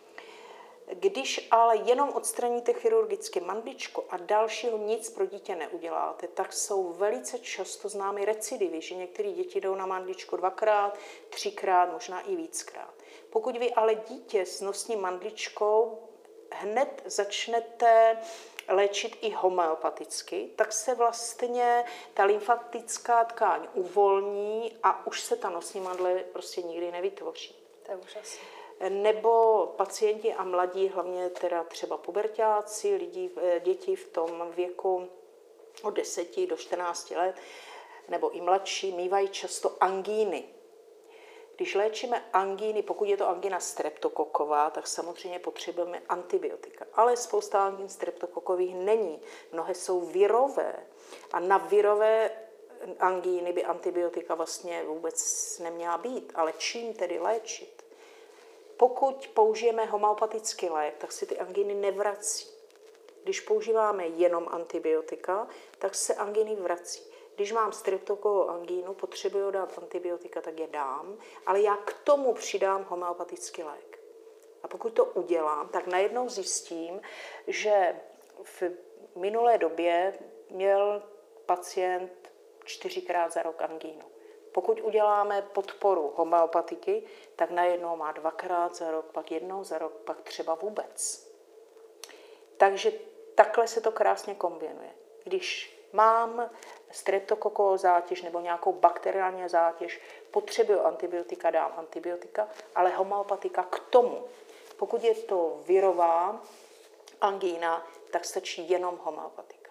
Když ale jenom odstraníte chirurgicky mandličku a dalšího nic pro dítě neuděláte, tak jsou velice často známy recidivy, že některé děti jdou na mandličku 2x, 3x, možná i víckrát. Pokud vy ale dítě s nosní mandličkou hned začnete léčit i homeopaticky, tak se vlastně ta lymfatická tkáň uvolní a už se ta nosní mandle prostě nikdy nevytvoří. To je úžasné. Nebo pacienti a mladí, hlavně teda třeba puberťáci, děti v tom věku od 10 do 14 let, nebo i mladší, mívají často angíny. Když léčíme angíny, pokud je to angína streptokoková, tak samozřejmě potřebujeme antibiotika. Ale spousta angín streptokokových není. Mnohé jsou virové. A na virové angíny by antibiotika vlastně vůbec neměla být. Ale čím tedy léčit? Pokud použijeme homeopatický lék, tak si ty angíny nevrací. Když používáme jenom antibiotika, tak se angíny vrací. Když mám streptokokovou angínu, potřebuji dát antibiotika, tak je dám, ale já k tomu přidám homeopatický lék. A pokud to udělám, tak najednou zjistím, že v minulé době měl pacient 4x za rok angínu. Pokud uděláme podporu homeopatiky, tak najednou má 2x za rok, pak jednou za rok, pak třeba vůbec. Takže takhle se to krásně kombinuje. Když mám streptokokovou zátěž nebo nějakou bakteriální zátěž, potřebuji antibiotika, dám antibiotika, ale homeopatika k tomu. Pokud je to virová angína, tak stačí jenom homeopatika.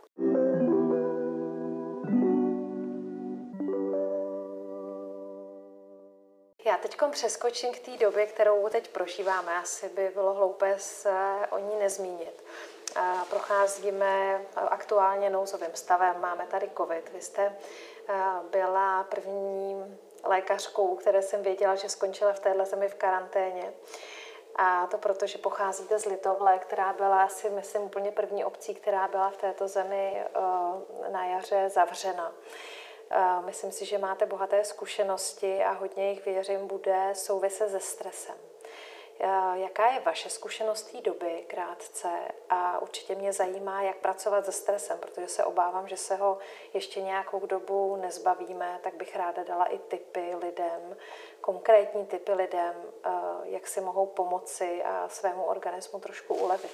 Já teď přeskočím k té době, kterou teď prožíváme. Asi by bylo hloupé se o ní nezmínit. Procházíme aktuálně nouzovým stavem, máme tady covid. Vy jste byla první lékařkou, které jsem věděla, že skončila v téhle zemi v karanténě. A to proto, že pocházíte z Litovle, která byla asi, myslím, úplně první obcí, která byla v této zemi na jaře zavřena. Myslím si, že máte bohaté zkušenosti a hodně jich, věřím, bude souviset se stresem. Jaká je vaše zkušenost té doby krátce a určitě mě zajímá, jak pracovat se stresem, protože se obávám, že se ho ještě nějakou dobu nezbavíme, tak bych ráda dala i tipy lidem, konkrétní tipy lidem, jak si mohou pomoci a svému organismu trošku ulevit.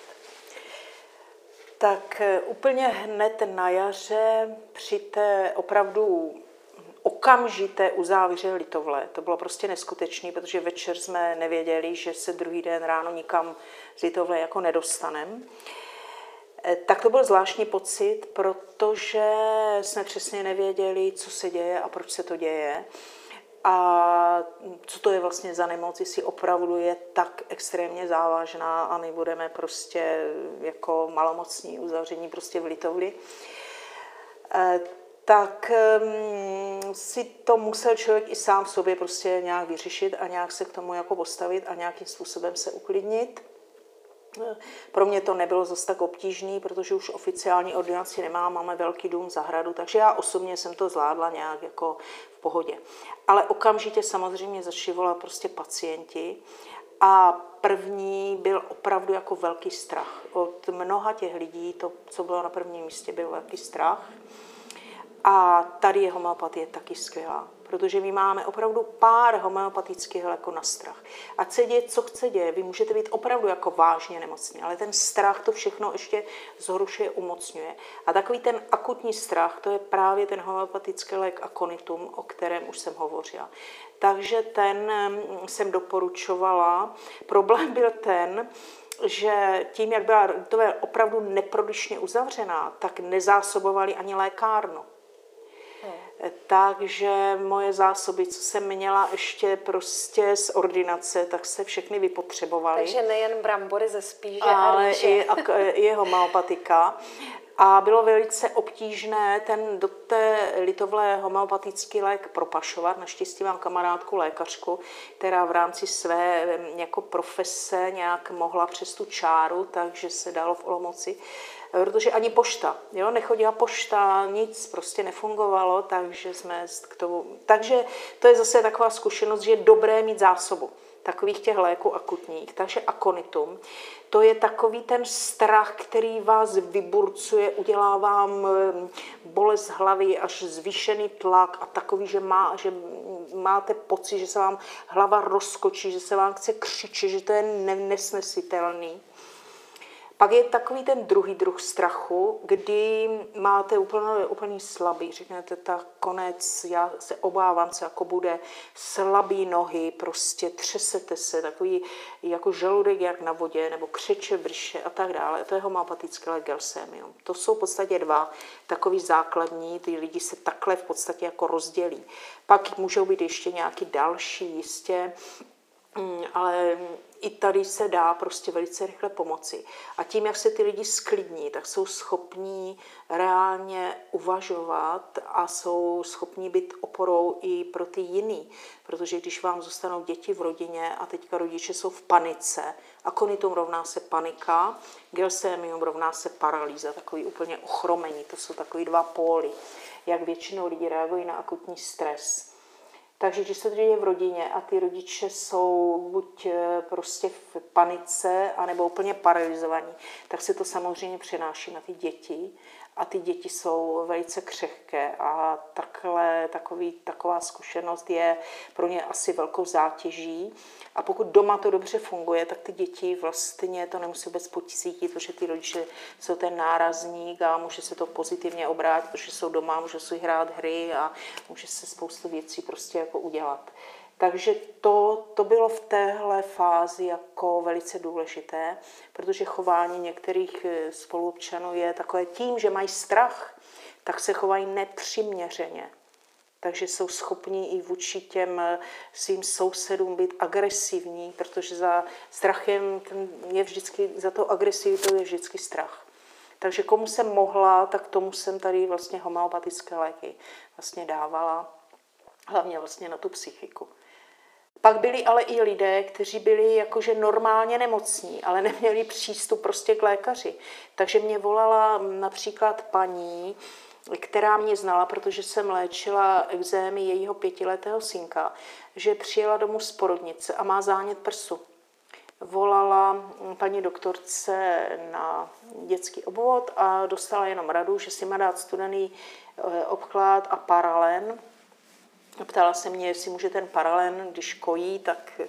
Tak úplně hned na jaře při té opravdu okamžité uzávěře Litovle. To bylo prostě neskutečné, protože večer jsme nevěděli, že se druhý den ráno nikam z Litovle jako nedostaneme. Tak to byl zvláštní pocit, protože jsme přesně nevěděli, co se děje a proč se to děje. A co to je vlastně za nemoc, jestli opravdu je tak extrémně závažná a my budeme prostě jako malomocní uzavření prostě v Litovli. Tak si to musel člověk i sám v sobě prostě nějak vyřešit a nějak se k tomu jako postavit a nějakým způsobem se uklidnit. Pro mě to nebylo zase tak obtížné, protože už oficiální ordinaci nemám, máme velký dům, zahradu, takže já osobně jsem to zvládla nějak jako v pohodě. Ale okamžitě samozřejmě začali volat prostě pacienti a první byl opravdu jako velký strach. Od mnoha těch lidí, to, co bylo na prvním místě, byl velký strach. A tady je homeopatie taky skvělá, protože my máme opravdu pár homeopatických léků na strach. Ať se děje, co chce děje, vy můžete být opravdu jako vážně nemocní, ale ten strach to všechno ještě zhoršuje, umocňuje. A takový ten akutní strach, to je právě ten homeopatický lék Aconitum, o kterém už jsem hovořila. Takže ten jsem doporučovala. Problém byl ten, že tím, jak byla opravdu neprodyšně uzavřená, tak nezásobovali ani lékárnu. Takže moje zásoby, co jsem měla ještě prostě z ordinace, tak se všechny vypotřebovaly. Takže nejen brambory ze spíže ale a rýže. i homeopatika. A bylo velice obtížné do té litovlé homeopatický lék propašovat. Naštěstí mám kamarádku lékařku, která v rámci své jako profese nějak mohla přes tu čáru, takže se dalo v Olomouci. Protože ani pošta, nechodila pošta, nic prostě nefungovalo, takže jsme k tomu... Takže to je zase taková zkušenost, že je dobré mít zásobu takových těch léků akutních. Takže akonitum, to je takový ten strach, který vás vyburcuje, udělá vám bolest hlavy, až zvýšený tlak a takový, že máte pocit, že se vám hlava rozkočí, že se vám chce křičet, že to je nesnesitelný. Pak je takový ten druhý druh strachu, kdy máte úplný slabý, řeknete, tak konec, já se obávám, co jako bude, slabý nohy, prostě třesete se, takový jako žaludek jak na vodě, nebo křeče v břiše a tak dále. To je homeopatické lék Gelsemium. To jsou v podstatě dva takový základní, ty lidi se takhle v podstatě jako rozdělí. Pak můžou být ještě nějaký další, jistě, ale i tady se dá prostě velice rychle pomoci. A tím, jak se ty lidi sklidní, tak jsou schopní reálně uvažovat a jsou schopní být oporou i pro ty jiný. Protože když vám zůstanou děti v rodině a teďka rodiče jsou v panice, akonitum rovná se panika, Gelsemium rovná se paralýza, takový úplně ochromení. To jsou takový dva póly, jak většinou lidi reagují na akutní stres. Takže když se to děje v rodině a ty rodiče jsou buď prostě v panice, anebo úplně paralizovaní, tak se to samozřejmě přenáší na ty děti a ty děti jsou velice křehké a taková zkušenost je pro ně asi velkou zátěží. A pokud doma to dobře funguje, tak ty děti vlastně to nemusí vůbec pocítit, protože ty rodiče jsou ten nárazník a může se to pozitivně obrátit, protože jsou doma, můžou si hrát hry a může se spoustu věcí prostě jako udělat. Takže to bylo v téhle fázi jako velice důležité, protože chování některých spoluobčanů je takové tím, že mají strach, tak se chovají nepřiměřeně. Takže jsou schopní i vůči těm svým sousedům být agresivní, protože za strachem je vždycky, za to agresivitou je vždycky strach. Takže komu jsem mohla, tak tomu jsem tady vlastně homeopatické léky vlastně dávala, hlavně vlastně na tu psychiku. Pak byli ale i lidé, kteří byli jakože normálně nemocní, ale neměli přístup prostě k lékaři. Takže mě volala například paní, která mě znala, protože jsem léčila ekzémy jejího 5letého synka, že přijela domů z porodnice a má zánět prsu. Volala paní doktorce na dětský obvod a dostala jenom radu, že si má dát studený obklad a paralen. Ptala se mě, jestli může ten paralen, když kojí, tak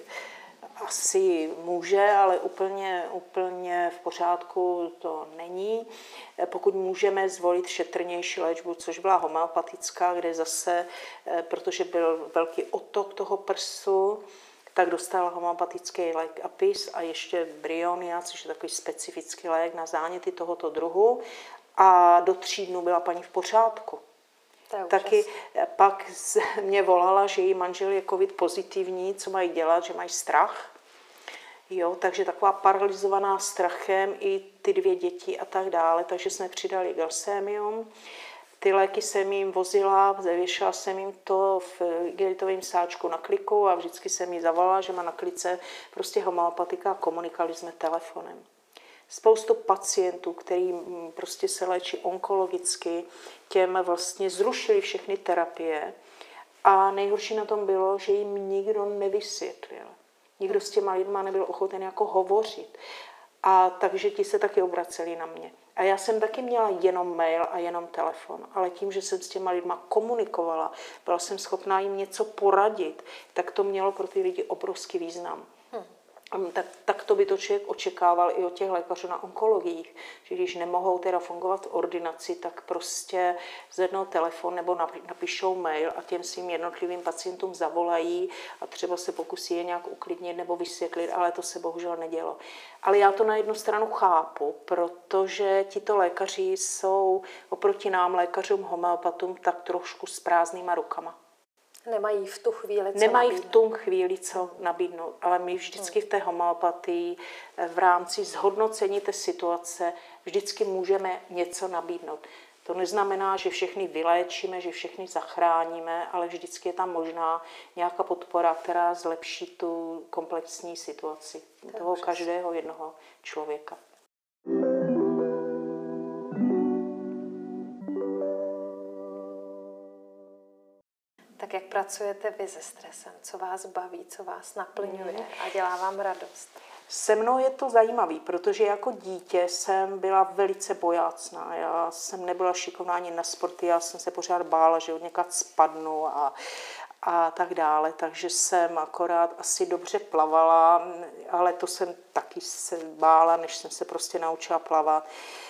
asi může, ale úplně v pořádku to není. Pokud můžeme zvolit šetrnější léčbu, což byla homeopatická, kde zase, protože byl velký otok toho prsu, tak dostala homeopatický lék Apis a ještě Bryonia, což je takový specifický lék na záněty tohoto druhu. A do 3 dnů byla paní v pořádku. Taky pak mě volala, že její manžel je covid pozitivní, co mají dělat, že mají strach. Takže taková paralyzovaná strachem i ty 2 děti a tak dále. Takže jsme přidali Gelsemium. Ty léky jsem jim vozila, zavěšala jsem jim to v igelitovém sáčku na kliku a vždycky jsem jí zavolala, že má na klice prostě homeopatika a komunikovali jsme telefonem. Spoustu pacientů, který prostě se léčí onkologicky, těm vlastně zrušili všechny terapie a nejhorší na tom bylo, že jim nikdo nevysvětlil. Nikdo s těma lidma nebyl ochoten jako hovořit. A takže ti se taky obraceli na mě. A já jsem taky měla jenom mail a jenom telefon, ale tím, že jsem s těma lidma komunikovala, byla jsem schopná jim něco poradit, tak to mělo pro ty lidi obrovský význam. Tak to by to člověk očekával i od těch lékařů na onkologiích, že když nemohou teda fungovat v ordinaci, tak prostě zvednou telefon nebo napíšou mail a těm svým jednotlivým pacientům zavolají a třeba se pokusí je nějak uklidnit nebo vysvětlit, ale to se bohužel nedělo. Ale já to na jednu stranu chápu, protože tito lékaři jsou oproti nám, lékařům homeopatům, tak trošku s prázdnýma rukama. Nemají v tu chvíli co Nemají nabídnout. v tu chvíli co nabídnout, ale my vždycky v té homeopatii v rámci zhodnocení té situace vždycky můžeme něco nabídnout. To neznamená, že všechny vyléčíme, že všechny zachráníme, ale vždycky je tam možná nějaká podpora, která zlepší tu komplexní situaci toho každého jednoho člověka. Tak jak pracujete vy se stresem? Co vás baví, co vás naplňuje a dělá vám radost? Se mnou je to zajímavé, protože jako dítě jsem byla velice bojácná. Já jsem nebyla šikovná ani na sporty, já jsem se pořád bála, že od někud spadnu a tak dále. Takže jsem akorát asi dobře plavala, ale to jsem taky se bála, než jsem se prostě naučila plavat.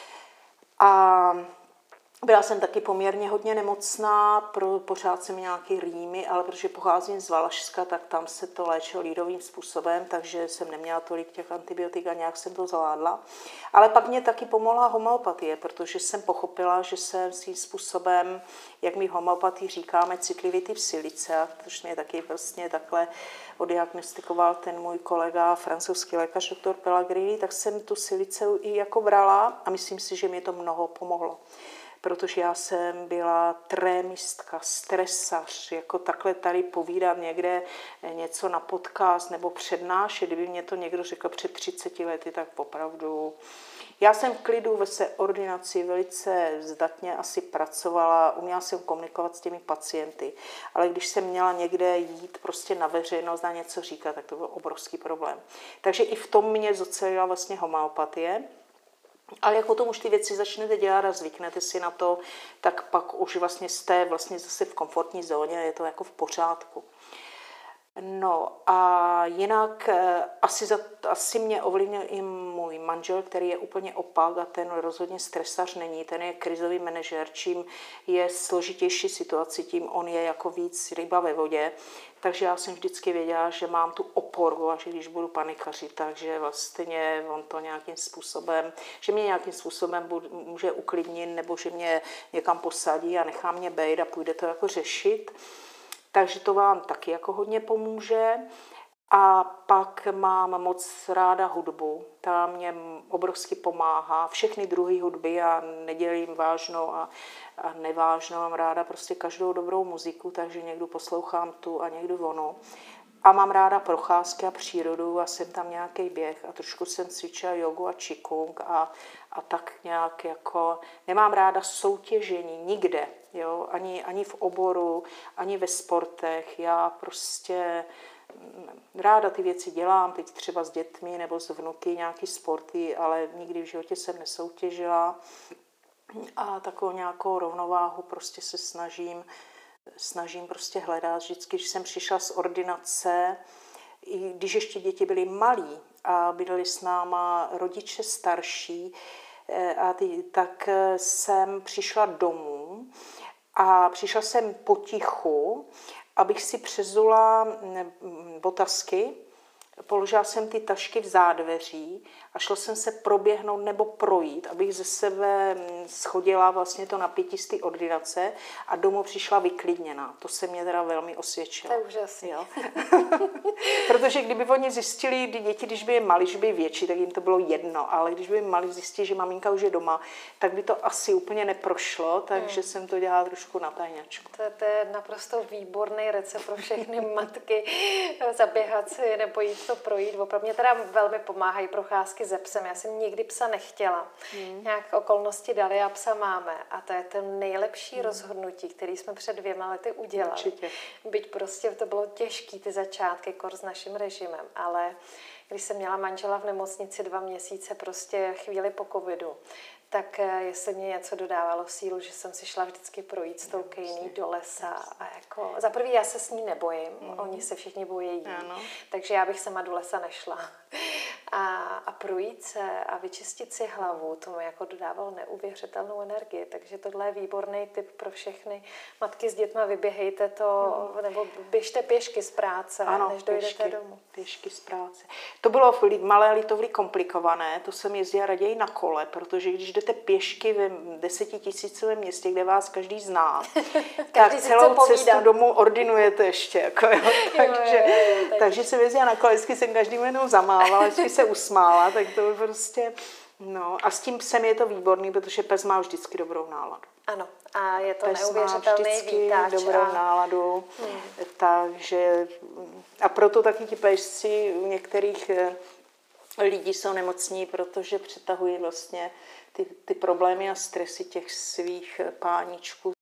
A byla jsem taky poměrně hodně nemocná, pořád jsem nějaký rýmy, ale protože pocházím z Valašska, tak tam se to léčilo lidovým způsobem, takže jsem neměla tolik těch antibiotik a nějak jsem to zvládla. Ale pak mě taky pomohla homeopatie, protože jsem pochopila, že jsem svým způsobem, jak my v homeopatii říkáme, citlivý typ silice, což mě taky vlastně takhle oddiagnostikoval ten můj kolega, francouzský lékař, doktor Pellegrini, tak jsem tu silice i jako brala a myslím si, že mě to mnoho pomohlo. Protože já jsem byla trémistka, stresař, jako takhle tady povídat někde něco na podcast nebo přednášet, kdyby mě to někdo řekl před 30 lety, tak opravdu. Já jsem v klidu ve své ordinaci velice zdatně asi pracovala, uměla jsem komunikovat s těmi pacienty, ale když jsem měla někde jít prostě na veřejnost a něco říkat, tak to byl obrovský problém. Takže i v tom mě zocelila vlastně homeopatie. Ale jak potom už ty věci začnete dělat a zvyknete si na to, tak pak už vlastně jste vlastně zase v komfortní zóně, je to jako v pořádku. No a jinak asi mě ovlivnil i můj manžel, který je úplně opak a ten rozhodně stresař není, ten je krizový manažer, čím je složitější situace, tím on je jako víc ryba ve vodě. Takže já jsem vždycky věděla, že mám tu oporu a že když budu panikařit, takže vlastně on to nějakým způsobem, že mě nějakým způsobem může uklidnit nebo že mě někam posadí a nechá mě bejt a půjde to jako řešit. Takže to vám taky jako hodně pomůže. A pak mám moc ráda hudbu. Ta mě obrovsky pomáhá. Všechny druhy hudby, já nedělím vážnou a nevážnou. Mám ráda prostě každou dobrou muziku, takže někdy poslouchám tu a někdy onu. A mám ráda procházky a přírodu a jsem tam nějaký běh a trošku jsem cvičila jogu a qigong a tak nějak jako nemám ráda soutěžení nikde, jo? Ani v oboru, ani ve sportech. Já prostě ráda ty věci dělám, teď třeba s dětmi nebo s vnuky nějaký sporty, ale nikdy v životě jsem nesoutěžila a takovou nějakou rovnováhu prostě se snažím prostě hledat. Vždycky, když jsem přišla z ordinace, i když ještě děti byly malí a bydleli s náma rodiče starší, tak jsem přišla domů a přišla jsem potichu, abych si přezula botasky, položila jsem ty tašky v zádveří a šla jsem se proběhnout nebo projít, abych ze sebe schodila vlastně to napětí z té ordinace a domů přišla vyklidněná. To se mě teda velmi osvědčilo. To je úžasný. Jo? Protože kdyby oni zjistili, děti, když by je mali, že by je větší, tak jim to bylo jedno, ale když by je mali zjistili, že maminka už je doma, tak by to asi úplně neprošlo, takže jsem to dělala trošku na tajňačku. To je naprosto výborný recept pro všechny matky, zaběhat si nebo jít to projít. Opravdu mě teda velmi pomáhají procházky se psem. Já jsem nikdy psa nechtěla. Nějak okolnosti dali a psa máme. A to je to nejlepší rozhodnutí, který jsme před 2 lety udělali. Určitě. Byť prostě to bylo těžký, ty začátky, kor s naším režimem, ale když jsem měla manžela v nemocnici 2 měsíce, prostě chvíli po covidu, tak jestli mě něco dodávalo sílu, že jsem si šla vždycky projít s tou Kejní do lesa. A jako, za prvý já se s ní nebojím, oni se všichni bojí, takže já bych sama do lesa nešla. A projít se a vyčistit si hlavu, to mi jako dodávalo neuvěřitelnou energii, takže tohle je výborný tip pro všechny matky s dětma, vyběhejte to, nebo běžte pěšky z práce, než dojdete domů. Pěšky z práce. To bylo v Malé Litovli komplikované, to jsem jezdila raději na kole, protože když jdete pěšky ve 10 000 městě, kde vás každý zná, tak celou cestu domů ordinujete ještě. Jako, takže jsem jezdila na kole, vždycky jsem každým jenom zamávala, vždycky se usmála, tak to by prostě... No a s tím psem je to výborný, protože pes má vždycky dobrou náladu. Ano, a je to neuvěřitelný vítač. Dobrou náladu, takže... A proto taky ti pešci u některých lidí jsou nemocní, protože přetahují vlastně ty problémy a stresy těch svých páničků.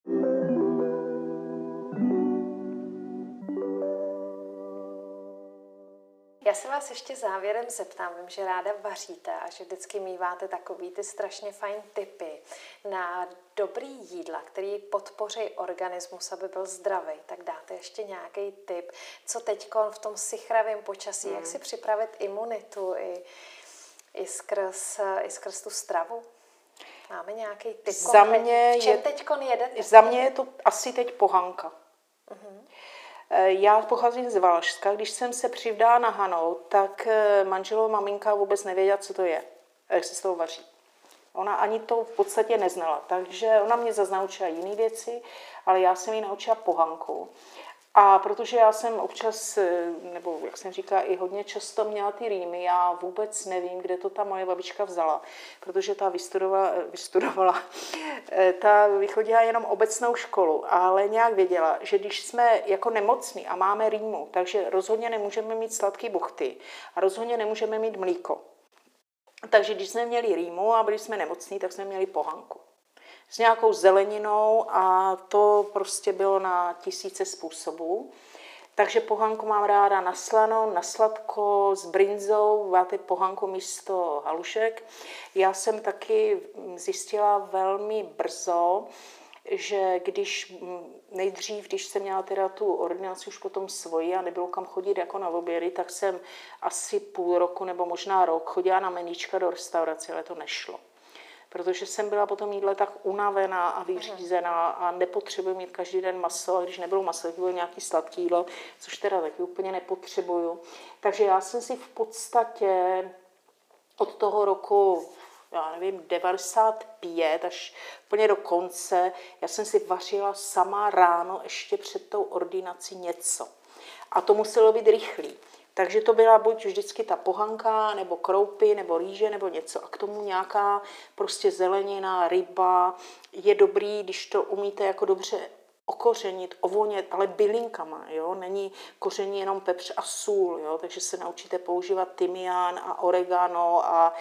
Já se vás ještě závěrem zeptám, vím, že ráda vaříte a že vždycky míváte takový ty strašně fajn tipy na dobrý jídla, který podpoří organismus, aby byl zdravý. Tak dáte ještě nějaký tip, co teď v tom sichravém počasí, jak si připravit imunitu i skrz tu stravu? Máme nějaký tip? V čem teďkon jedete? Za mě je to asi teď pohanka. Já pocházím z Valašska, když jsem se přivdala na Hanou, tak manželova maminka vůbec nevěděla, co to je, jak se z toho vaří. Ona ani to v podstatě neznala, takže ona mě zase naučila jiné věci, ale já jsem ji naučila pohanku. A protože já jsem občas, nebo jak jsem říkala, i hodně často měla ty rýmy, já vůbec nevím, kde to ta moje babička vzala, protože ta vychodila jenom obecnou školu, ale nějak věděla, že když jsme jako nemocní a máme rýmu, takže rozhodně nemůžeme mít sladký buchty a rozhodně nemůžeme mít mlíko. Takže když jsme měli rýmu a byli jsme nemocní, tak jsme měli pohanku s nějakou zeleninou a to prostě bylo na tisíce způsobů. Takže pohanku mám ráda na slanou, na sladko, s brinzou, máte pohanku místo halušek. Já jsem taky zjistila velmi brzo, že když jsem měla teda tu ordinaci už potom svoji a nebylo kam chodit jako na obědy, tak jsem asi půl roku nebo možná rok chodila na meníčka do restaurace, ale to nešlo. Protože jsem byla po tom jídle tak unavená a vyřízená a nepotřebuji mít každý den maso, a když nebylo maso, tak bylo nějaký sladký jídlo, což teda taky úplně nepotřebuju. Takže já jsem si v podstatě od toho roku, 95 až úplně do konce, já jsem si vařila sama ráno ještě před tou ordinací něco. A to muselo být rychlý. Takže to byla buď vždycky ta pohanka, nebo kroupy, nebo rýže, nebo něco. A k tomu nějaká prostě zelenina, ryba. Je dobrý, když to umíte jako dobře okořenit, ovonět, ale bylinkama, jo? Není koření jenom pepř a sůl, jo? Takže se naučíte používat tymián a oregano a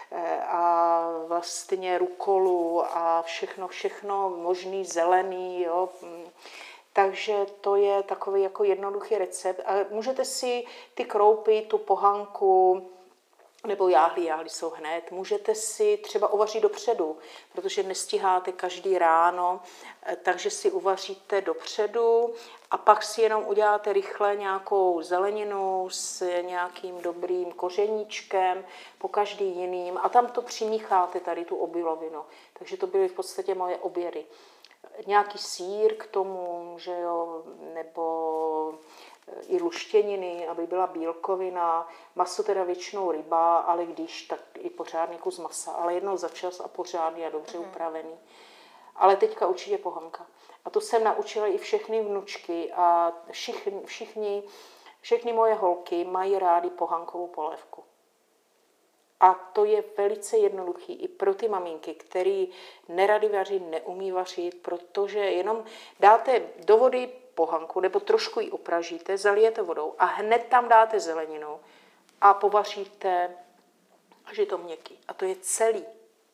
vlastně rukolu a všechno možný zelený, jo? Takže to je takový jako jednoduchý recept. A můžete si ty kroupy, tu pohanku, nebo jáhly jsou hned, můžete si třeba uvařit dopředu, protože nestíháte každý ráno, takže si uvaříte dopředu a pak si jenom uděláte rychle nějakou zeleninu s nějakým dobrým kořeníčkem, po každý jiným a tam to přimícháte tady tu obilovinu. Takže to byly v podstatě moje obědy. Nějaký sýr k tomu, že jo, nebo i luštěniny, aby byla bílkovina, maso teda většinou ryba, ale když, tak i pořádný kus masa, ale jednou za čas a pořádný a dobře upravený. Ale teďka určitě pohanka. A to jsem naučila i všechny vnučky a všechny moje holky mají rády pohankovou polévku. A to je velice jednoduchý i pro ty maminky, který nerady vaří, neumí vařit, protože jenom dáte do vody pohanku nebo trošku ji upražíte, zalijete vodou a hned tam dáte zeleninu a povaříte, až je to měkký. A to je celý.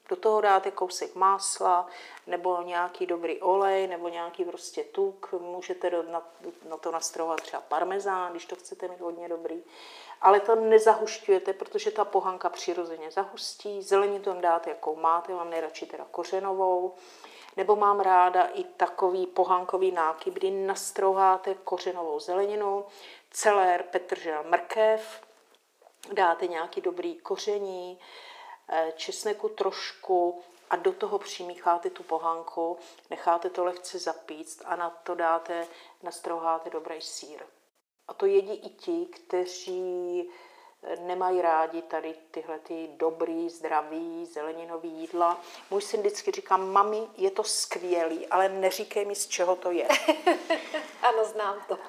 Do toho dáte kousek másla, nebo nějaký dobrý olej, nebo nějaký prostě tuk. Můžete na to nastrojovat třeba parmezán, když to chcete mít hodně dobrý. Ale to nezahušťujete, protože ta pohanka přirozeně zahustí. Zeleninu tam dáte, jakou máte, mám nejradši teda kořenovou. Nebo mám ráda i takový pohankový nákyp, kdy nastrouháte kořenovou zeleninu, celér, petržel, mrkev, dáte nějaký dobrý koření, česneku trošku a do toho přimícháte tu pohanku, necháte to lehce zapíct a na to nastrouháte dobrý sýr. A to jedí i ti, kteří nemají rádi tady tyhle ty dobrý, zdravý, zeleninový jídla. Můj syn vždycky říká, mami, je to skvělý, ale neříkej mi, z čeho to je. Ano, znám to.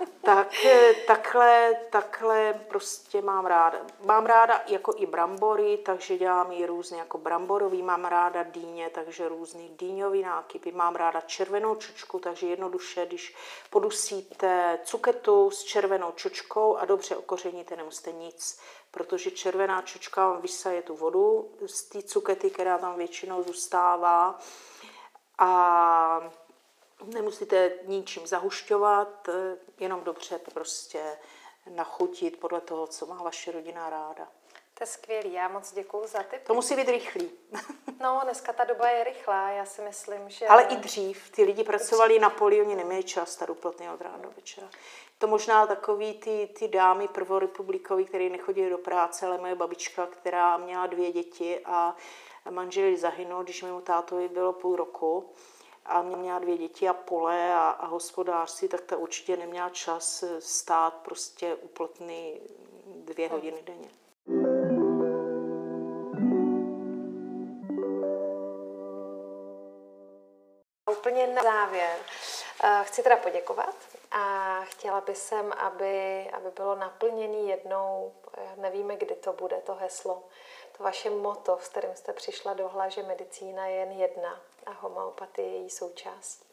Takhle prostě mám ráda. Mám ráda jako i brambory, takže dělám i různě jako bramborový. Mám ráda dýně, takže různý dýňový nákypy. Mám ráda červenou čočku, takže jednoduše, když podusíte cuketu s červenou čočkou a dobře okořeníte, nemusíte nic, protože červená čočka vám vysaje tu vodu z té cukety, která tam většinou zůstává a nemusíte ničím zahušťovat, jenom dobře prostě nachutit podle toho, co má vaše rodina ráda. To je skvělý, já moc děkuju za tip. To musí být rychlý. No, dneska ta doba je rychlá, já si myslím, že... Ale i dřív, ty lidi pracovali na poli, oni neměli čas tady uplatnit od rána do večera. To možná takový ty dámy prvorepublikový, které nechodily do práce, ale moje babička, která měla 2 děti a manžel zahynul, když mému tátovi bylo půl roku a měla 2 děti a pole a hospodářství, tak ta určitě neměla čas stát prostě úplotný 2 hodiny denně. Úplně na závěr chci teda poděkovat a chtěla bych sem, aby bylo naplněný jednou, nevíme, kdy to bude, to heslo, to vaše motto, s kterým jste přišla do hla, že medicína je jen jedna a homeopatie je její součást.